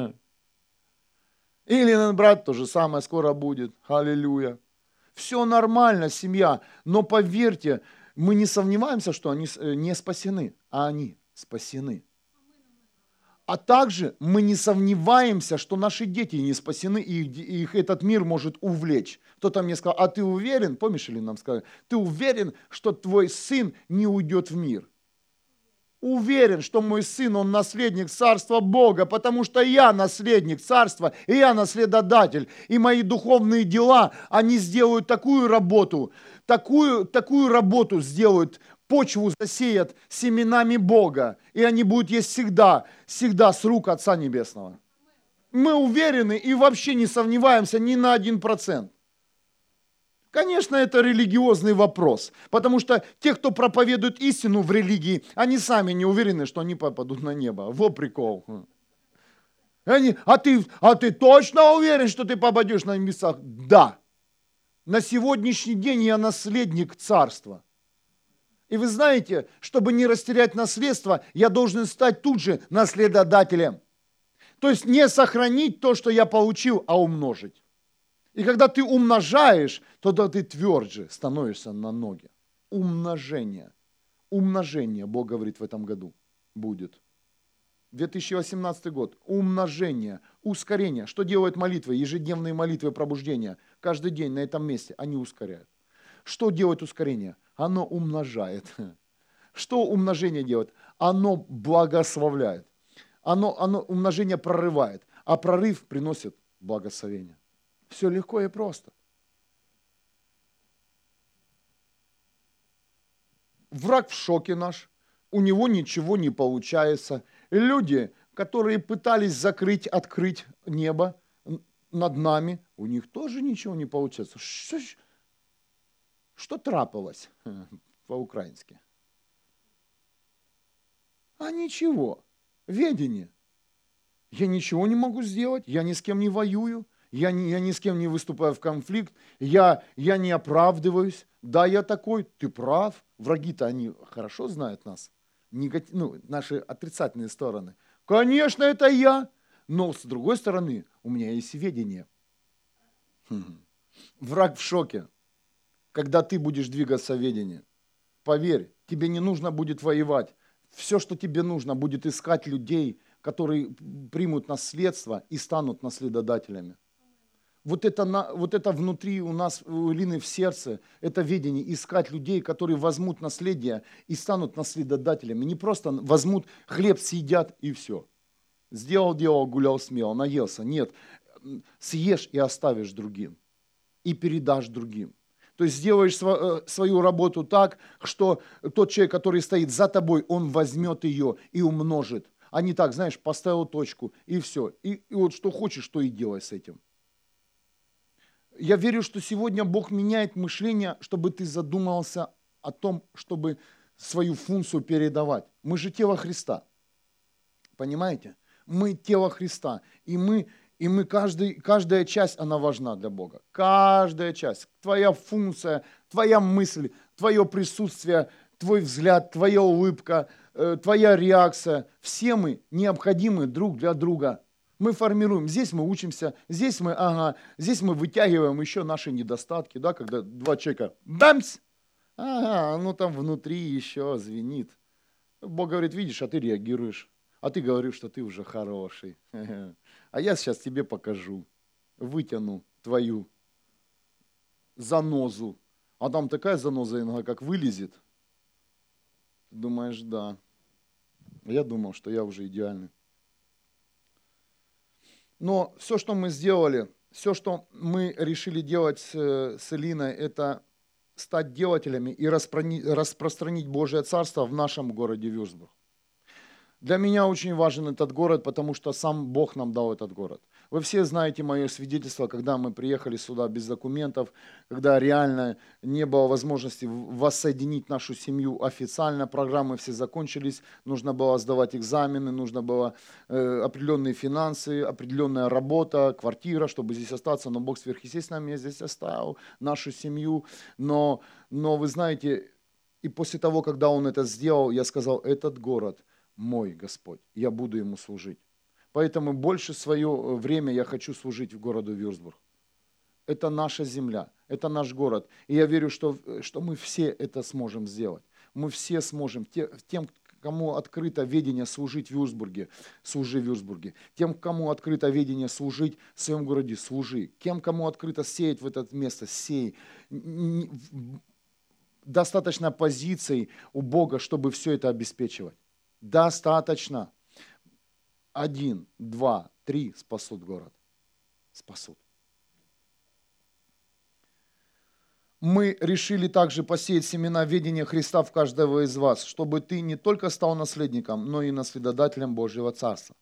Или брат, то же самое скоро будет. Аллилуйя. Все нормально, семья. Но поверьте, мы не сомневаемся, что они не спасены, а они спасены. А также мы не сомневаемся, что наши дети не спасены, и их этот мир может увлечь. Кто-то мне сказал, а ты уверен, помнишь, или нам сказали, ты уверен, что твой сын не уйдет в мир? Уверен, что мой сын, он наследник Царства Бога, потому что я наследник Царства, и я наследодатель. И мои духовные дела, они сделают такую работу, такую, такую работу сделают, почву засеят семенами Бога, и они будут есть всегда, всегда с рук Отца Небесного. Мы уверены и вообще не сомневаемся ни на один процент. Конечно, это религиозный вопрос, потому что те, кто проповедует истину в религии, они сами не уверены, что они попадут на небо. Во прикол. Они, а, ты, а ты точно уверен, что ты попадешь на небеса? Да. На сегодняшний день я наследник царства. И вы знаете, чтобы не растерять наследство, я должен стать тут же наследодателем. То есть не сохранить то, что я получил, а умножить. И когда ты умножаешь, тогда ты тверже становишься на ноги. Умножение. Умножение, Бог говорит, в этом году будет. две тысячи восемнадцатый год. Умножение, ускорение. Что делают молитвы, ежедневные молитвы пробуждения? Каждый день на этом месте они ускоряют. Что делает ускорение? Оно умножает. Что умножение делает? Оно благословляет. Оно, оно умножение прорывает. А прорыв приносит благословение. Все легко и просто. Враг в шоке наш, у него ничего не получается. Люди, которые пытались закрыть, открыть небо над нами, у них тоже ничего не получается. Что, что трапилось по-украински? А ничего. Ведение. Я ничего не могу сделать, я ни с кем не воюю. Я ни, я ни с кем не выступаю в конфликт, я, я не оправдываюсь. Да, я такой, ты прав. Враги-то они хорошо знают нас, негатив, ну, наши отрицательные стороны. Конечно, это я, но с другой стороны, у меня есть ведение. Хм. Враг в шоке, когда ты будешь двигаться в ведении. Поверь, тебе не нужно будет воевать. Все, что тебе нужно, будет искать людей, которые примут наследство и станут наследодателями. Вот это, вот это внутри у нас, у Лины в сердце, это видение, искать людей, которые возьмут наследие и станут наследодателями. Не просто возьмут, хлеб съедят и все. Сделал дело, гулял смело, наелся. Нет, съешь и оставишь другим. И передашь другим. То есть сделаешь свою работу так, что тот человек, который стоит за тобой, он возьмет ее и умножит. А не так, знаешь, поставил точку и все. И, и вот что хочешь, то и делай с этим. Я верю, что сегодня Бог меняет мышление, чтобы ты задумался о том, чтобы свою функцию передавать. Мы же тело Христа. Понимаете? Мы тело Христа. И мы, и мы каждый, каждая часть, она важна для Бога. Каждая часть. Твоя функция, твоя мысль, твое присутствие, твой взгляд, твоя улыбка, твоя реакция. Все мы необходимы друг для друга. Мы формируем, здесь мы учимся, здесь мы, ага, здесь мы вытягиваем еще наши недостатки, да, когда два человека, бамс, ага, ну там внутри еще звенит. Бог говорит, видишь, а ты реагируешь, а ты говоришь, что ты уже хороший. А я сейчас тебе покажу, вытяну твою занозу. А там такая заноза иногда как вылезет. Ты думаешь, да. Я думал, что я уже идеальный. Но все, что мы сделали, все, что мы решили делать с, с Элиной, это стать делателями и распространить Божие Царство в нашем городе Вюрцбург. Для меня очень важен этот город, потому что сам Бог нам дал этот город. Вы все знаете мое свидетельство, когда мы приехали сюда без документов, когда реально не было возможности воссоединить нашу семью официально, программы все закончились, нужно было сдавать экзамены, нужно было э, определенные финансы, определенная работа, квартира, чтобы здесь остаться, но Бог сверхъестественно меня здесь оставил, нашу семью, но, но вы знаете, и после того, когда Он это сделал, я сказал, этот город мой, Господь, я буду Ему служить. Поэтому больше свое время я хочу служить в городу Вюрцбург. Это наша земля, это наш город. И я верю, что, что мы все это сможем сделать. Мы все сможем, те, тем, кому открыто видение служить в Вюрцбурге, служи в Вюрцбурге. Тем, кому открыто видение служить в своем городе, служи. Тем, кому открыто сеять в это место, сей. Достаточно позиций у Бога, чтобы все это обеспечивать. Достаточно. Один, два, три спасут город. Спасут. Мы решили также посеять семена ведения Христа в каждого из вас, чтобы ты не только стал наследником, но и наследодателем Божьего Царства.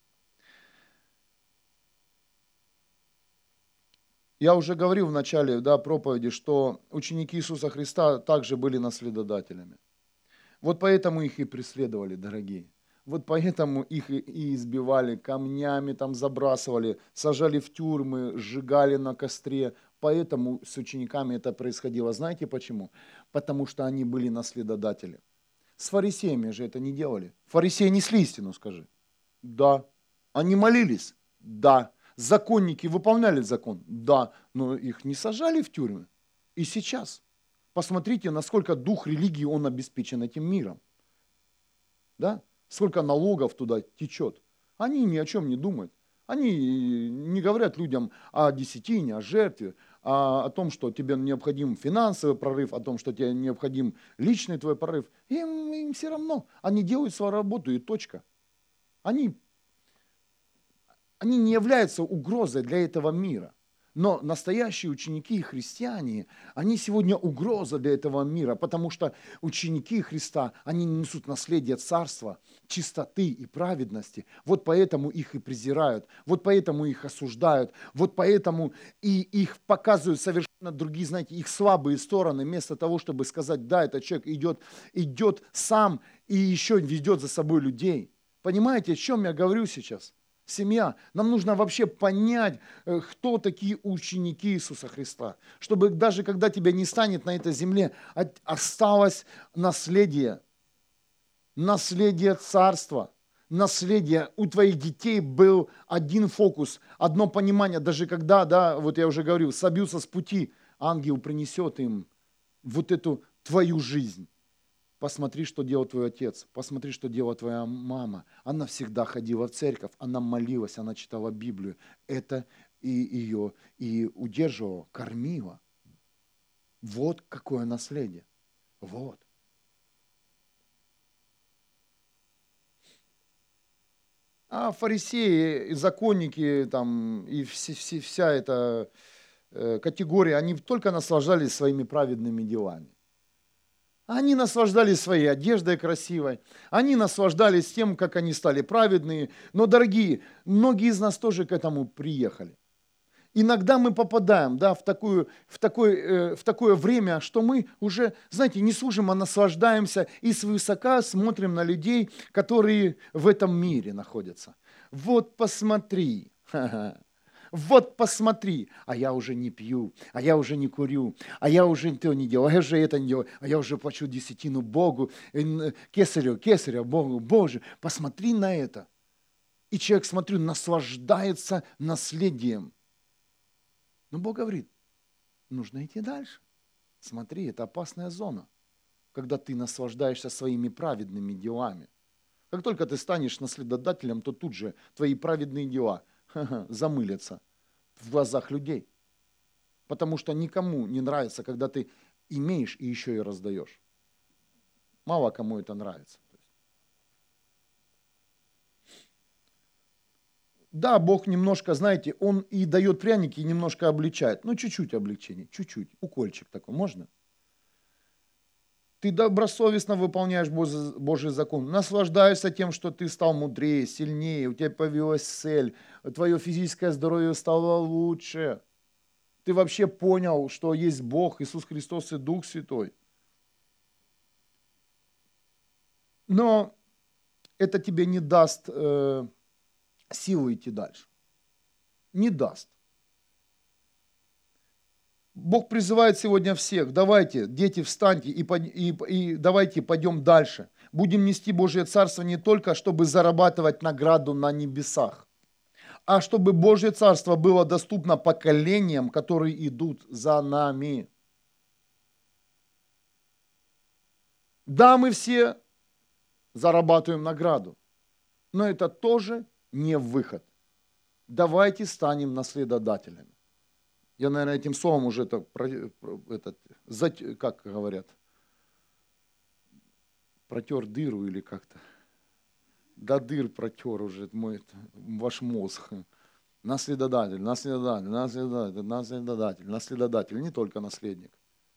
Я уже говорил в начале да, проповеди, что ученики Иисуса Христа также были наследодателями. Вот поэтому их и преследовали, дорогие. Вот поэтому их и избивали, камнями там забрасывали, сажали в тюрьмы, сжигали на костре. Поэтому с учениками это происходило. Знаете почему? Потому что они были наследодатели. С фарисеями же это не делали. Фарисеи несли истину, скажи. Да. Они молились? Да. Законники выполняли закон? Да. Но их не сажали в тюрьмы. И сейчас. Посмотрите, насколько дух религии, он обеспечен этим миром. Да? Сколько налогов туда течет. Они ни о чем не думают. Они не говорят людям о десятине, о жертве, а о том, что тебе необходим финансовый прорыв, о том, что тебе необходим личный твой прорыв. Им, им все равно. Они делают свою работу и точка. Они, они не являются угрозой для этого мира. Но настоящие ученики и христиане, они сегодня угроза для этого мира, потому что ученики Христа, они несут наследие царства, чистоты и праведности. Вот поэтому их и презирают, вот поэтому их осуждают, вот поэтому и их показывают совершенно другие, знаете, их слабые стороны, вместо того, чтобы сказать, да, этот человек идет, идет сам и еще ведет за собой людей. Понимаете, о чем я говорю сейчас? Семья. Нам нужно вообще понять, кто такие ученики Иисуса Христа. Чтобы даже когда тебя не станет на этой земле, осталось наследие. Наследие царства. Наследие. У твоих детей был один фокус, одно понимание. Даже когда, да, вот я уже говорил, собьются с пути, ангел принесет им вот эту твою жизнь. Посмотри, что делал твой отец, посмотри, что делала твоя мама. Она всегда ходила в церковь, она молилась, она читала Библию. Это и ее и удерживало, кормило. Вот какое наследие. Вот. А фарисеи, и законники там, и все, все, вся эта э, категория, они только наслаждались своими праведными делами. Они наслаждались своей одеждой красивой, они наслаждались тем, как они стали праведные. Но, дорогие, многие из нас тоже к этому приехали. Иногда мы попадаем да, в, такую, в, такое, э, в такое время, что мы уже, знаете, не служим, а наслаждаемся и свысока смотрим на людей, которые в этом мире находятся. Вот посмотри, ха-ха. Вот посмотри, а я уже не пью, а я уже не курю, а я уже то не делаю, а я уже это не делаю, а я уже плачу десятину Богу, кесарю, кесарю, Богу, Боже, посмотри на это. И человек, смотрю, наслаждается наследием. Но Бог говорит, нужно идти дальше. Смотри, это опасная зона, когда ты наслаждаешься своими праведными делами. Как только ты станешь наследодателем, то тут же твои праведные дела замылятся в глазах людей. Потому что никому не нравится, когда ты имеешь и еще и раздаешь. Мало кому это нравится. Да, Бог немножко, знаете, Он и дает пряники, и немножко облегчает. Ну, чуть-чуть облегчение, чуть-чуть. Укольчик такой, можно? Ты добросовестно выполняешь Божий, Божий закон. Наслаждаешься тем, что ты стал мудрее, сильнее, у тебя появилась цель, твое физическое здоровье стало лучше. Ты вообще понял, что есть Бог, Иисус Христос и Дух Святой. Но это тебе не даст э, силы идти дальше. Не даст. Бог призывает сегодня всех, давайте, дети, встаньте и, и, и давайте пойдем дальше. Будем нести Божье Царство не только, чтобы зарабатывать награду на небесах, а чтобы Божье Царство было доступно поколениям, которые идут за нами. Да, мы все зарабатываем награду, но это тоже не выход. Давайте станем наследодателями. Я, наверное, этим словом уже это, этот, как говорят, протер дыру или как-то. До дыр протер уже мой, ваш мозг. Наследодатель, наследодатель, наследодатель, наследодатель, наследодатель, не только наследник.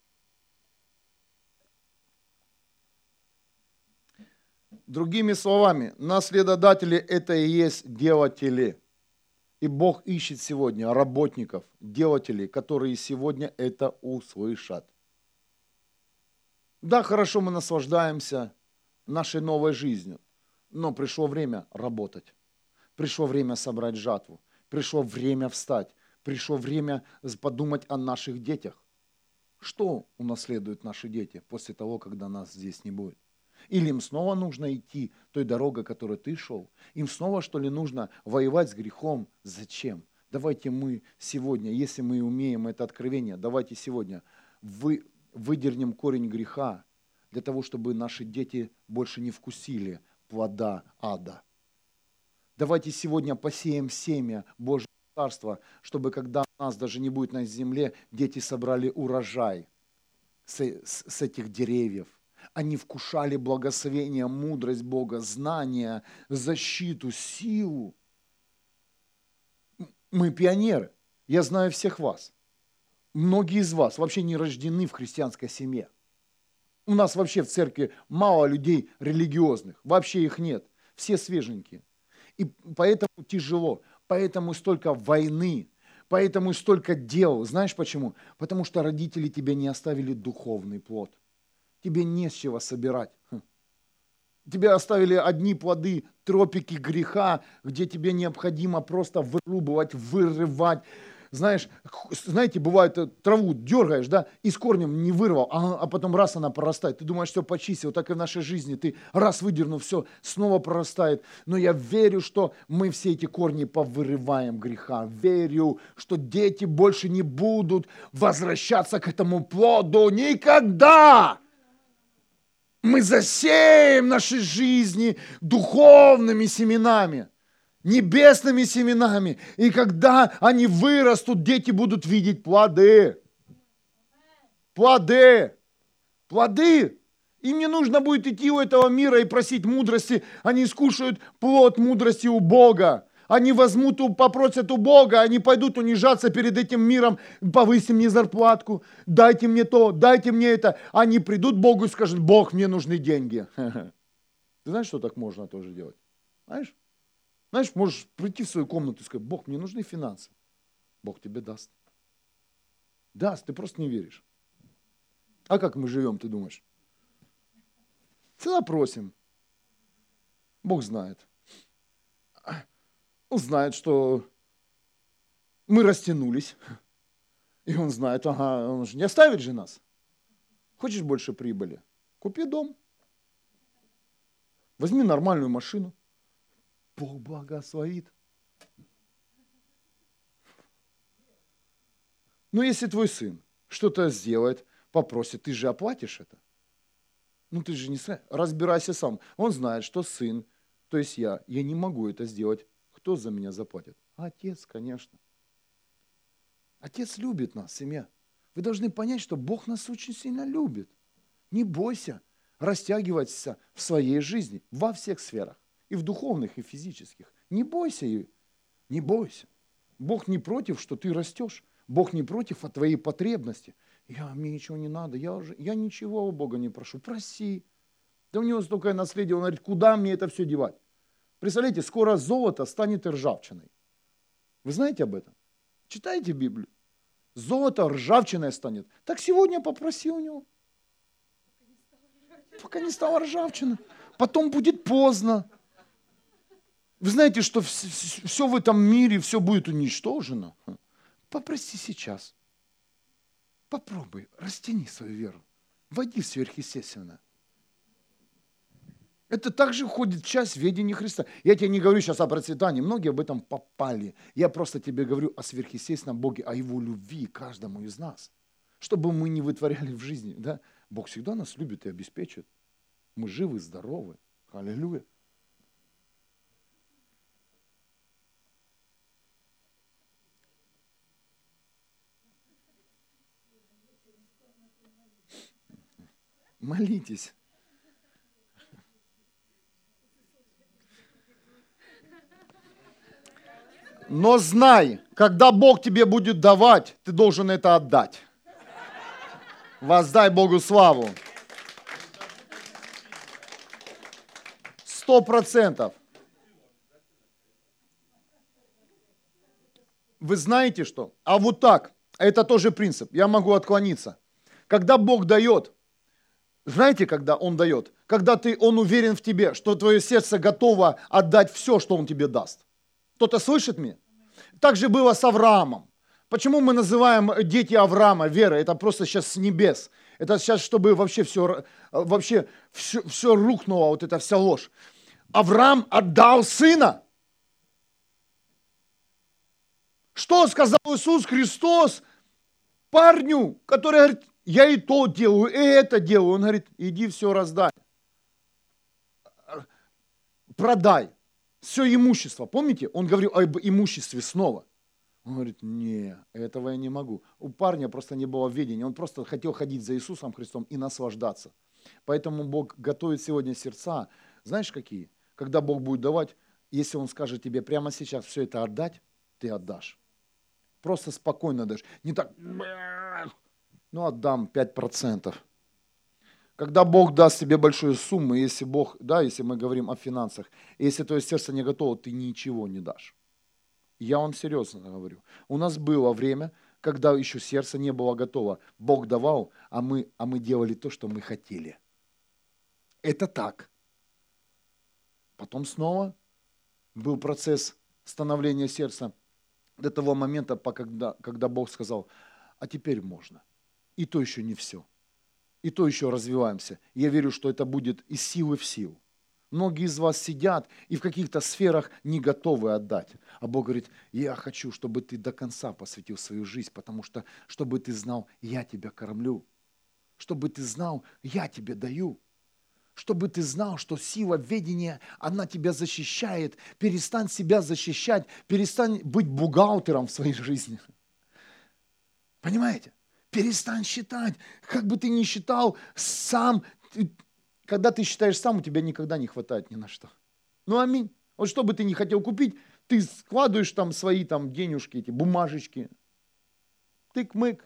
Другими словами, наследодатели это и есть делатели. И Бог ищет сегодня работников, делателей, которые сегодня это услышат. Да, хорошо, мы наслаждаемся нашей новой жизнью, но пришло время работать. Пришло время собрать жатву. Пришло время встать. Пришло время подумать о наших детях. Что унаследуют наши дети после того, когда нас здесь не будет? Или им снова нужно идти той дорогой, которой ты шел? Им снова, что ли, нужно воевать с грехом? Зачем? Давайте мы сегодня, если мы умеем это откровение, давайте сегодня вы, выдернем корень греха для того, чтобы наши дети больше не вкусили плода ада. Давайте сегодня посеем семя Божьего Царства, чтобы когда у нас даже не будет на земле, дети собрали урожай с, с, с этих деревьев. Они вкушали благословение, мудрость Бога, знания, защиту, силу. Мы пионеры. Я знаю всех вас. Многие из вас вообще не рождены в христианской семье. У нас вообще в церкви мало людей религиозных. Вообще их нет. Все свеженькие. И поэтому тяжело. Поэтому столько войны. Поэтому столько дел. Знаешь почему? Потому что родители тебе не оставили духовный плод. Тебе не с чего собирать. Тебе оставили одни плоды, тропики греха, где тебе необходимо просто вырубывать, вырывать. Знаешь, знаете, бывает, траву дергаешь, да, и с корнем не вырвал, а, а потом раз она прорастает. Ты думаешь, все почистил, так и в нашей жизни. Ты раз выдернул, все, снова прорастает. Но я верю, что мы все эти корни повырываем греха. Верю, что дети больше не будут возвращаться к этому плоду никогда. Мы засеем наши жизни духовными семенами, небесными семенами. И когда они вырастут, дети будут видеть плоды. Плоды. Плоды. Им не нужно будет идти у этого мира и просить мудрости. Они скушают плод мудрости у Бога. Они возьмут, попросят у Бога, они пойдут унижаться перед этим миром, повысьте мне зарплатку, дайте мне то, дайте мне это. Они придут к Богу и скажут: Бог, мне нужны деньги. Ты знаешь, что так можно тоже делать? Знаешь? Знаешь, можешь прийти в свою комнату и сказать: Бог, мне нужны финансы. Бог тебе даст. Даст, ты просто не веришь. А как мы живем, ты думаешь? Всегда просим. Бог знает. Он знает, что мы растянулись. И он знает, ага, он же не оставит же нас. Хочешь больше прибыли? Купи дом. Возьми нормальную машину. Бог благословит. Но если твой сын что-то сделает, попросит, ты же оплатишь это. Ну ты же не разбирайся сам. Он знает, что сын, то есть я, я не могу это сделать. Кто за меня заплатит? Отец, конечно. Отец любит нас, семья. Вы должны понять, что Бог нас очень сильно любит. Не бойся растягиваться в своей жизни, во всех сферах. И в духовных, и физических. Не бойся, не бойся. Бог не против, что ты растешь. Бог не против от твоей потребности. Я, мне ничего не надо, я, уже, я ничего у Бога не прошу, проси. Да у него столько наследия, он говорит, куда мне это все девать? Представляете, скоро золото станет и ржавчиной. Вы знаете об этом? Читайте Библию. Золото ржавчиной станет. Так сегодня попроси у него. Пока не стала ржавчина. Потом будет поздно. Вы знаете, что все в этом мире, все будет уничтожено? Попроси сейчас. Попробуй, растяни свою веру. Войди в сверхъестественное. Это также входит в часть ведения Христа. Я тебе не говорю сейчас о процветании, многие об этом попали. Я просто тебе говорю о сверхъестественном Боге, о Его любви каждому из нас. Чтобы мы не вытворяли в жизни. Да? Бог всегда нас любит и обеспечит. Мы живы, здоровы. Аллилуйя. Молитесь. Но знай, когда Бог тебе будет давать, ты должен это отдать. Воздай Богу славу. Сто процентов. Вы знаете что? А вот так, это тоже принцип. Я могу отклониться. Когда Бог дает, знаете, когда Он дает? Когда ты, Он уверен в тебе, что твое сердце готово отдать все, что Он тебе даст. Кто-то слышит меня? Так же было с Авраамом. Почему мы называем дети Авраама верой? Это просто сейчас с небес. Это сейчас, чтобы вообще все, вообще все, все рухнуло, вот эта вся ложь. Авраам отдал сына. Что сказал Иисус Христос парню, который говорит, я и то делаю, и это делаю. Он говорит, иди все раздай. Продай. Все имущество. Помните? Он говорил об имуществе снова. Он говорит, не, этого я не могу. У парня просто не было ведения. Он просто хотел ходить за Иисусом Христом и наслаждаться. Поэтому Бог готовит сегодня сердца. Знаешь, какие? Когда Бог будет давать, если Он скажет тебе прямо сейчас все это отдать, ты отдашь. Просто спокойно дашь. Не так, ну отдам пять процентов. Когда Бог даст тебе большую сумму, если Бог, да, если мы говорим о финансах, если твое сердце не готово, ты ничего не дашь. Я вам серьезно говорю. У нас было время, когда еще сердце не было готово. Бог давал, а мы, а мы делали то, что мы хотели. Это так. Потом снова был процесс становления сердца до того момента, когда, когда Бог сказал, а теперь можно. И то еще не все. И то еще развиваемся. Я верю, что это будет из силы в силу. Многие из вас сидят и в каких-то сферах не готовы отдать. А Бог говорит, я хочу, чтобы ты до конца посвятил свою жизнь, потому что, чтобы ты знал, я тебя кормлю. Чтобы ты знал, я тебе даю. Чтобы ты знал, что сила ведения, она тебя защищает. Перестань себя защищать, перестань быть бухгалтером в своей жизни. Понимаете? Перестань считать. Как бы ты ни считал, сам, ты, когда ты считаешь сам, у тебя никогда не хватает ни на что. Ну аминь. Вот что бы ты ни хотел купить, ты складываешь там свои там денежки, эти бумажечки. Тык-мык.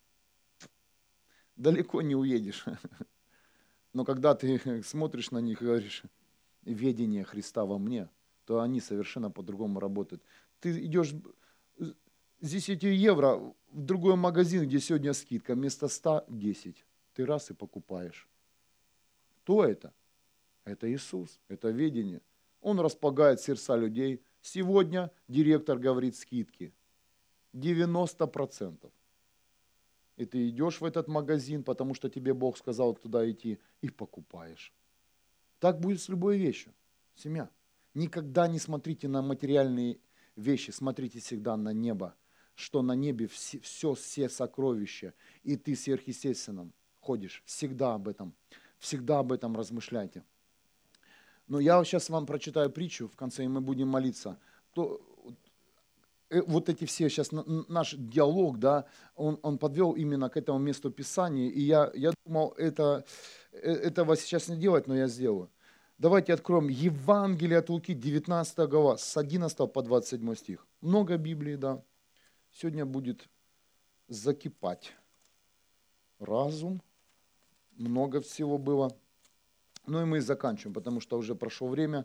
Далеко не уедешь. Но когда ты смотришь на них и говоришь, ведение Христа во мне, то они совершенно по-другому работают. Ты идешь с десяти евро в другой магазин, где сегодня скидка, вместо ста десять. Ты раз и покупаешь. Кто это? Это Иисус, это ведение. Он располагает сердца людей. Сегодня директор говорит скидки. девяносто процентов. И ты идешь в этот магазин, потому что тебе Бог сказал туда идти, и покупаешь. Так будет с любой вещью. Семья. Никогда не смотрите на материальные вещи, смотрите всегда на небо, что на небе все, все, все сокровища, и ты сверхъестественным ходишь. Всегда об этом, всегда об этом размышляйте. Но я сейчас вам прочитаю притчу в конце, и мы будем молиться. То, вот эти все сейчас, наш диалог, да, он, он подвел именно к этому месту Писания, и я, я думал, это, этого сейчас не делать, но я сделаю. Давайте откроем Евангелие от Луки, девятнадцатая глава, с одиннадцатого по двадцать седьмой стих. Много Библии, да. Сегодня будет закипать. разум, много всего было. Ну и мы заканчиваем, потому что уже прошло время.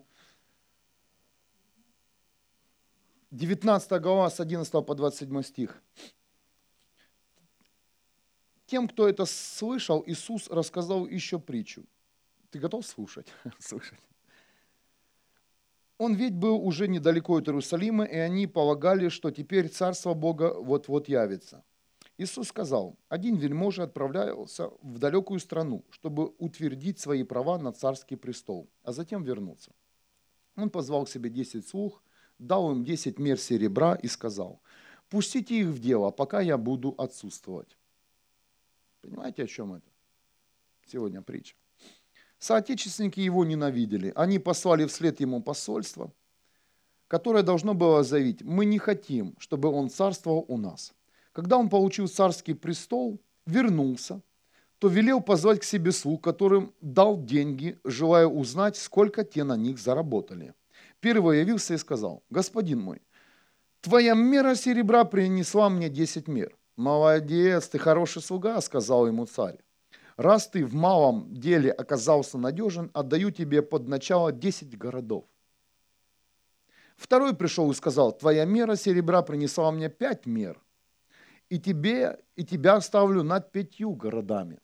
девятнадцатая глава с одиннадцатого по двадцать седьмой стих. Тем, кто это слышал, Иисус рассказал еще притчу. Ты готов слушать? Слушать. Он ведь был уже недалеко от Иерусалима, и они полагали, что теперь Царство Бога вот-вот явится. Иисус сказал: один вельможа отправлялся в далекую страну, чтобы утвердить свои права на царский престол, а затем вернуться. Он позвал к себе десять слуг, дал им десять мер серебра и сказал: пустите их в дело, пока я буду отсутствовать. Понимаете, о чем это? Сегодня притча. Соотечественники его ненавидели. Они послали вслед ему посольство, которое должно было заявить: мы не хотим, чтобы он царствовал у нас. Когда он получил царский престол, вернулся, то велел позвать к себе слуг, которым дал деньги, желая узнать, сколько те на них заработали. Первый явился и сказал: господин мой, твоя мера серебра принесла мне десять мер. Молодец, ты хороший слуга, сказал ему царь. Раз ты в малом деле оказался надежен, отдаю тебе под начало десять городов. Второй пришел и сказал: твоя мера серебра принесла мне пять мер, и, тебе, и тебя ставлю над пятью городами.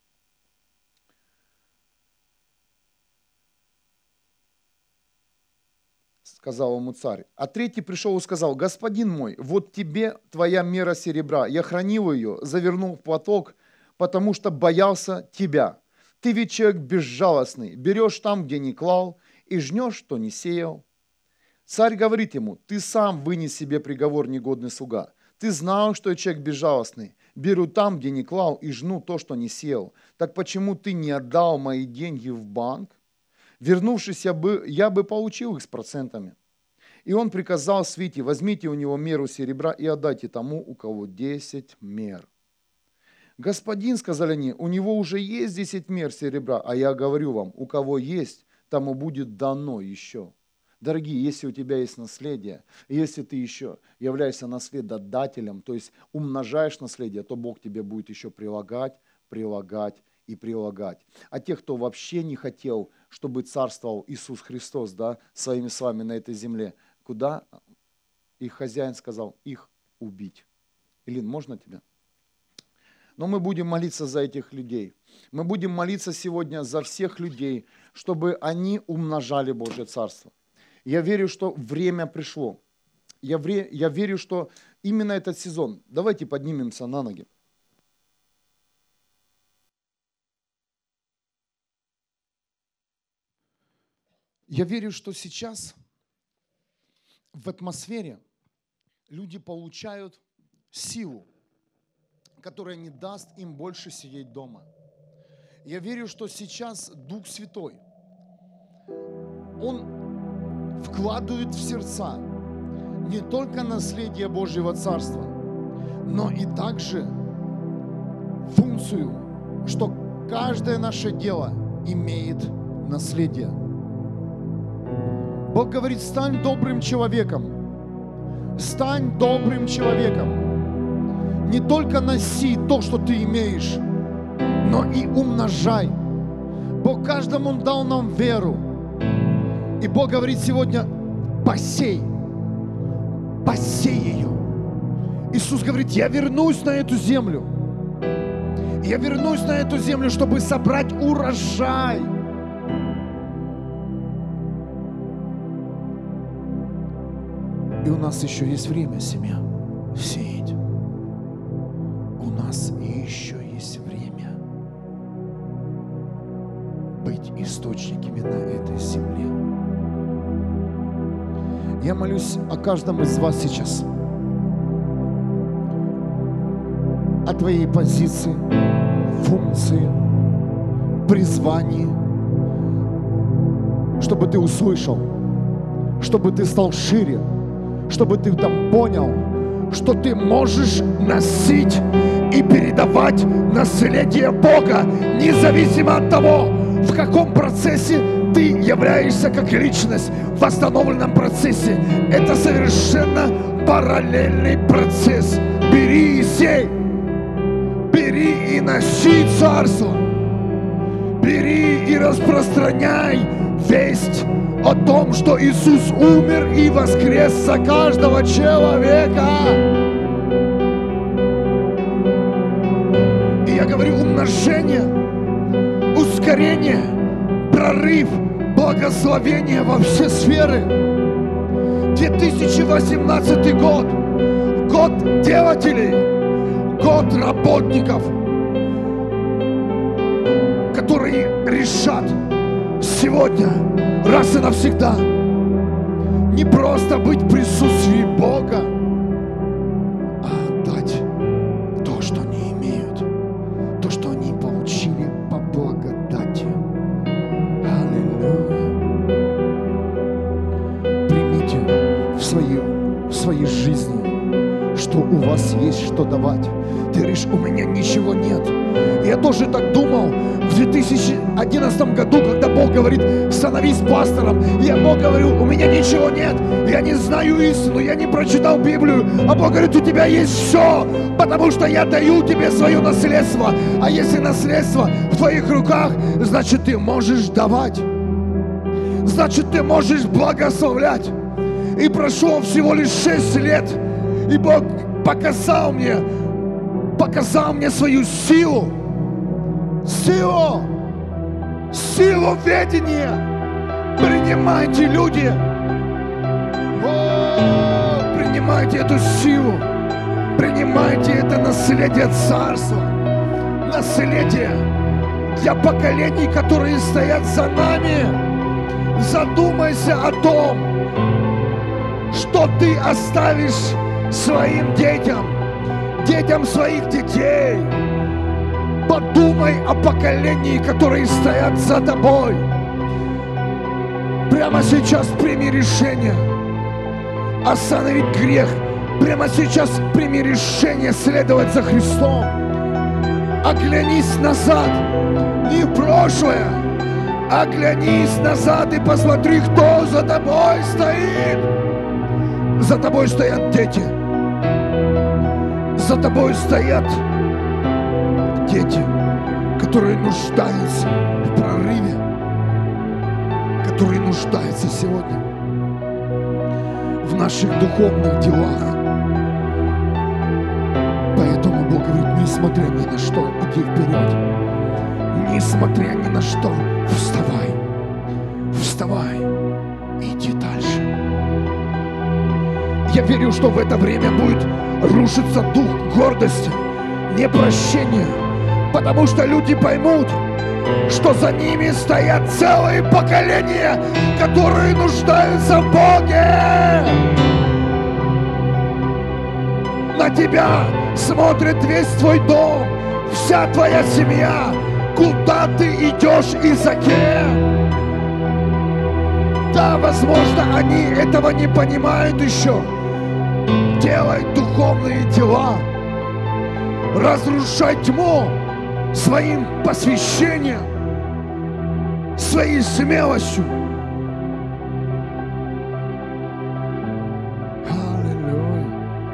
Сказал ему царь. А третий пришел и сказал: господин мой, вот тебе твоя мера серебра, я хранил ее, завернул в платок, потому что боялся тебя. Ты ведь человек безжалостный, берешь там, где не клал, и жнешь, что не сеял. Царь говорит ему: ты сам вынес себе приговор, негодный слуга. Ты знал, что я человек безжалостный, беру там, где не клал, и жну то, что не сеял. Так почему ты не отдал мои деньги в банк? Вернувшись, я бы, я бы получил их с процентами. И он приказал свите: возьмите у него меру серебра и отдайте тому, у кого десять мер. Господин, сказали они, у него уже есть десять мер серебра, а я говорю вам, у кого есть, тому будет дано еще. Дорогие, если у тебя есть наследие, если ты еще являешься наследодателем, то есть умножаешь наследие, то Бог тебе будет еще прилагать, прилагать и прилагать. А тех, кто вообще не хотел, чтобы царствовал Иисус Христос, да, своими словами на этой земле, куда их хозяин сказал? Их убить. Илин, можно тебя? Но мы будем молиться за этих людей. Мы будем молиться сегодня за всех людей, чтобы они умножали Божье Царство. Я верю, что время пришло. Я, вре, я верю, что именно этот сезон. Давайте поднимемся на ноги. Я верю, что сейчас в атмосфере люди получают силу, которая не даст им больше сидеть дома. Я верю, что сейчас Дух Святой, Он вкладывает в сердца не только наследие Божьего Царства, но и также функцию, что каждое наше дело имеет наследие. Бог говорит: стань добрым человеком, стань добрым человеком. Не только носи то, что ты имеешь, но и умножай. Бог каждому дал нам веру. И Бог говорит сегодня: посей, посей ее. Иисус говорит: я вернусь на эту землю. Я вернусь на эту землю, чтобы собрать урожай. И у нас еще есть время, семья, сеять. У нас еще есть время быть источниками на этой земле. Я молюсь о каждом из вас сейчас, о твоей позиции, функции, призвании, чтобы ты услышал, чтобы ты стал шире, чтобы ты там понял, что ты можешь носить и передавать наследие Бога, независимо от того, в каком процессе ты являешься как личность, в восстановленном процессе. Это совершенно параллельный процесс. Бери и сей, бери и приноси царство. Бери и распространяй весть о том, что Иисус умер и воскрес за каждого человека. И я говорю умножение, ускорение, прорыв, благословение во все сферы. две тысячи восемнадцатый год, год делателей, год работников, которые решат сегодня раз и навсегда не просто быть в присутствии Бога, а отдать то, что они имеют, то, что они получили по благодати. Аллилуйя. Примите в своей, в своей жизни, что у вас есть что давать. Ты говоришь, у меня ничего нет. Я тоже так думал в две тысячи одиннадцатом году, когда Бог говорит, становись пастором. Я Бог говорю, у меня ничего нет. Я не знаю истину, я не прочитал Библию. А Бог говорит, у тебя есть все, потому что я даю тебе свое наследство. А если наследство в твоих руках, значит ты можешь давать. Значит ты можешь благословлять. И прошло всего лишь шесть лет. И Бог показал мне, показал мне свою силу. Силу, силу ведения. Принимайте, люди. О, принимайте эту силу. Принимайте это наследие царства. Наследие для поколений, которые стоят за нами. Задумайся о том, что ты оставишь своим детям, детям своих детей. Подумай о поколении, которые стоят за тобой. Прямо сейчас прими решение остановить грех. Прямо сейчас прими решение следовать за Христом. Оглянись назад, не в прошлое. Оглянись назад и посмотри, кто за тобой стоит. За тобой стоят дети. За тобой стоят дети, которые нуждаются в прорыве, которые нуждаются сегодня в наших духовных делах. Поэтому Бог говорит, несмотря ни на что, иди вперед. Несмотря ни на что, вставай. Вставай и иди дальше. Я верю, что в это время будет рушиться дух гордости, непрощения, потому что люди поймут, что за ними стоят целые поколения, которые нуждаются в Боге. На тебя смотрит весь твой дом, вся твоя семья. Куда ты идешь и за кем? Да, возможно, они этого не понимают еще. Делай духовные дела. Разрушай тьму своим посвящением, своей смелостью. Аллилуйя.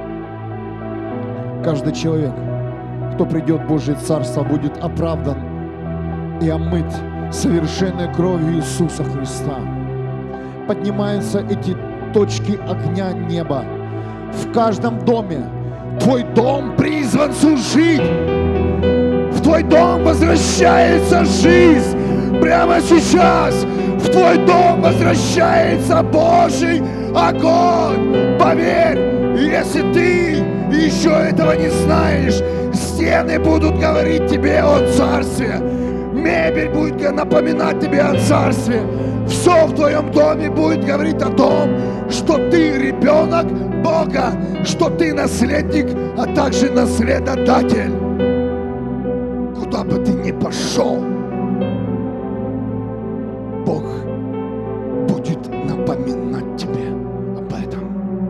Каждый человек, кто придет в Божье Царство, будет оправдан и омыт совершенной кровью Иисуса Христа. Поднимаются эти точки огня неба. В каждом доме твой дом призван служить. В твой дом возвращается жизнь. Прямо сейчас в твой дом возвращается Божий огонь. Поверь, если ты еще этого не знаешь, стены будут говорить тебе о Царстве. Мебель будет напоминать тебе о Царстве. Все в твоем доме будет говорить о том, что ты ребенок Бога, что ты наследник, а также наследодатель. Куда бы ты ни пошел, Бог будет напоминать тебе об этом.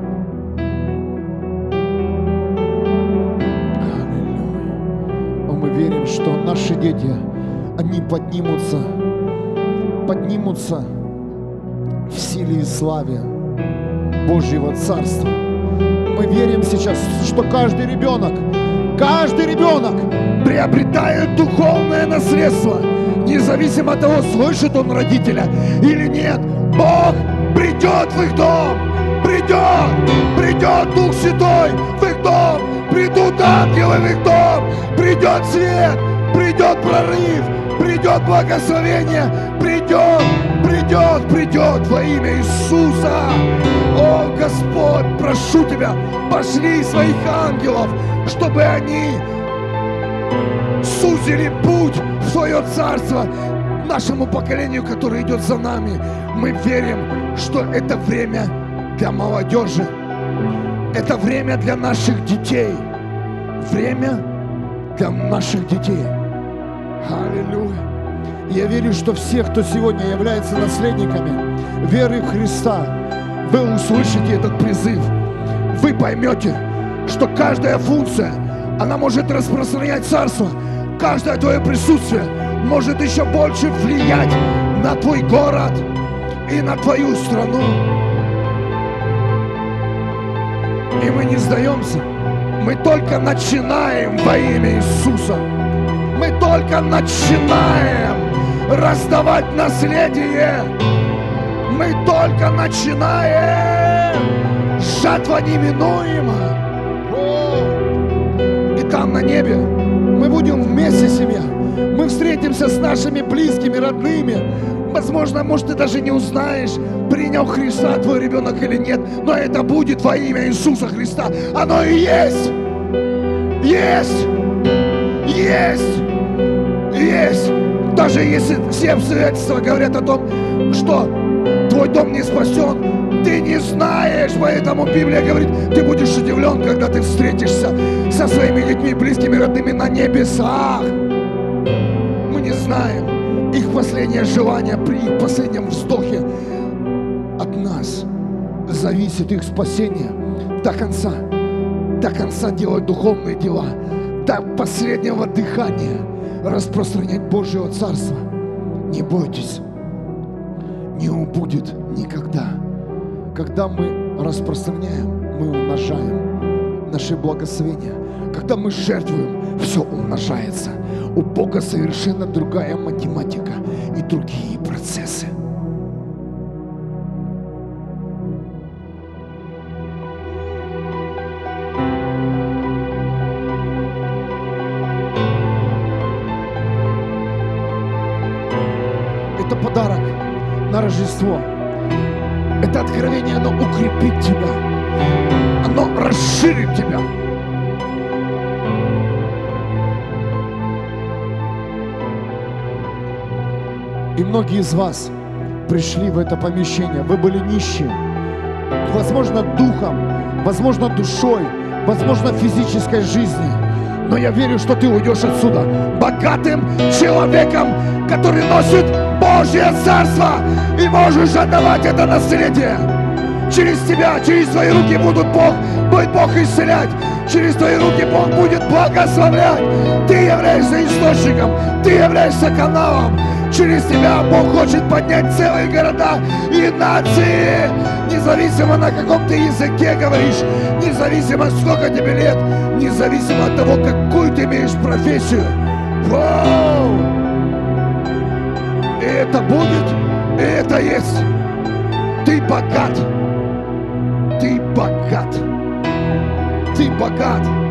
Аллилуйя. Но мы верим, что наши дети, они поднимутся, поднимутся в силе и славе Божьего Царства. Мы верим сейчас, что каждый ребенок, Каждый ребенок приобретает духовное наследство, независимо от того, слышит он родителя или нет. Бог придет в их дом, придет, придет Дух Святой в их дом, придут ангелы в их дом, придет свет, придет прорыв, придет благословение, придет, придет, придет во имя Иисуса. О, Господь, прошу Тебя, пошли своих ангелов, чтобы они сузили путь в Твое Царство нашему поколению, которое идет за нами. Мы верим, что это время для молодежи, это время для наших детей, время для наших детей. Аллилуйя. Я верю, что все, кто сегодня является наследниками веры в Христа, вы услышите этот призыв. Вы поймете, что каждая функция, она может распространять Царство. Каждое твое присутствие может еще больше влиять на твой город и на твою страну. И мы не сдаемся. Мы только начинаем во имя Иисуса. Мы только начинаем раздавать наследие. Мы только начинаем. Жатва неминуема. И там на небе мы будем вместе, семья. Мы встретимся с нашими близкими, родными. Возможно, может, ты даже не узнаешь, принял Христа твой ребенок или нет, но это будет во имя Иисуса Христа. Оно и есть. Есть. Есть. Есть. Даже если все обстоятельства говорят о том, что твой дом не спасен, ты не знаешь, поэтому Библия говорит, ты будешь удивлен, когда ты встретишься со своими детьми, близкими, родными на небесах. Мы не знаем их последнее желание при их последнем вздохе. От нас зависит их спасение до конца, до конца делать духовные дела, до последнего дыхания распространять Божьего Царства. Не бойтесь, не убудет никогда. Когда мы распространяем, мы умножаем наши благословения. Когда мы жертвуем, все умножается. У Бога совершенно другая математика и другие процессы. Это подарок на Рождество. Это откровение, оно укрепит тебя. Оно расширит тебя. И многие из вас пришли в это помещение. Вы были нищие. Возможно, духом, возможно, душой, возможно, физической жизнью. Но я верю, что ты уйдешь отсюда богатым человеком, который носит Божье Царство, и можешь отдавать это наследие. Через тебя, через твои руки будут Бог, будет Бог исцелять. Через твои руки Бог будет благословлять. Ты являешься источником, ты являешься каналом. Через тебя Бог хочет поднять целые города и нации. Независимо на каком ты языке говоришь, независимо сколько тебе лет, независимо от того, какую ты имеешь профессию. Вау! И это будет, и это есть. Ты богат. Ты богат. Ты богат.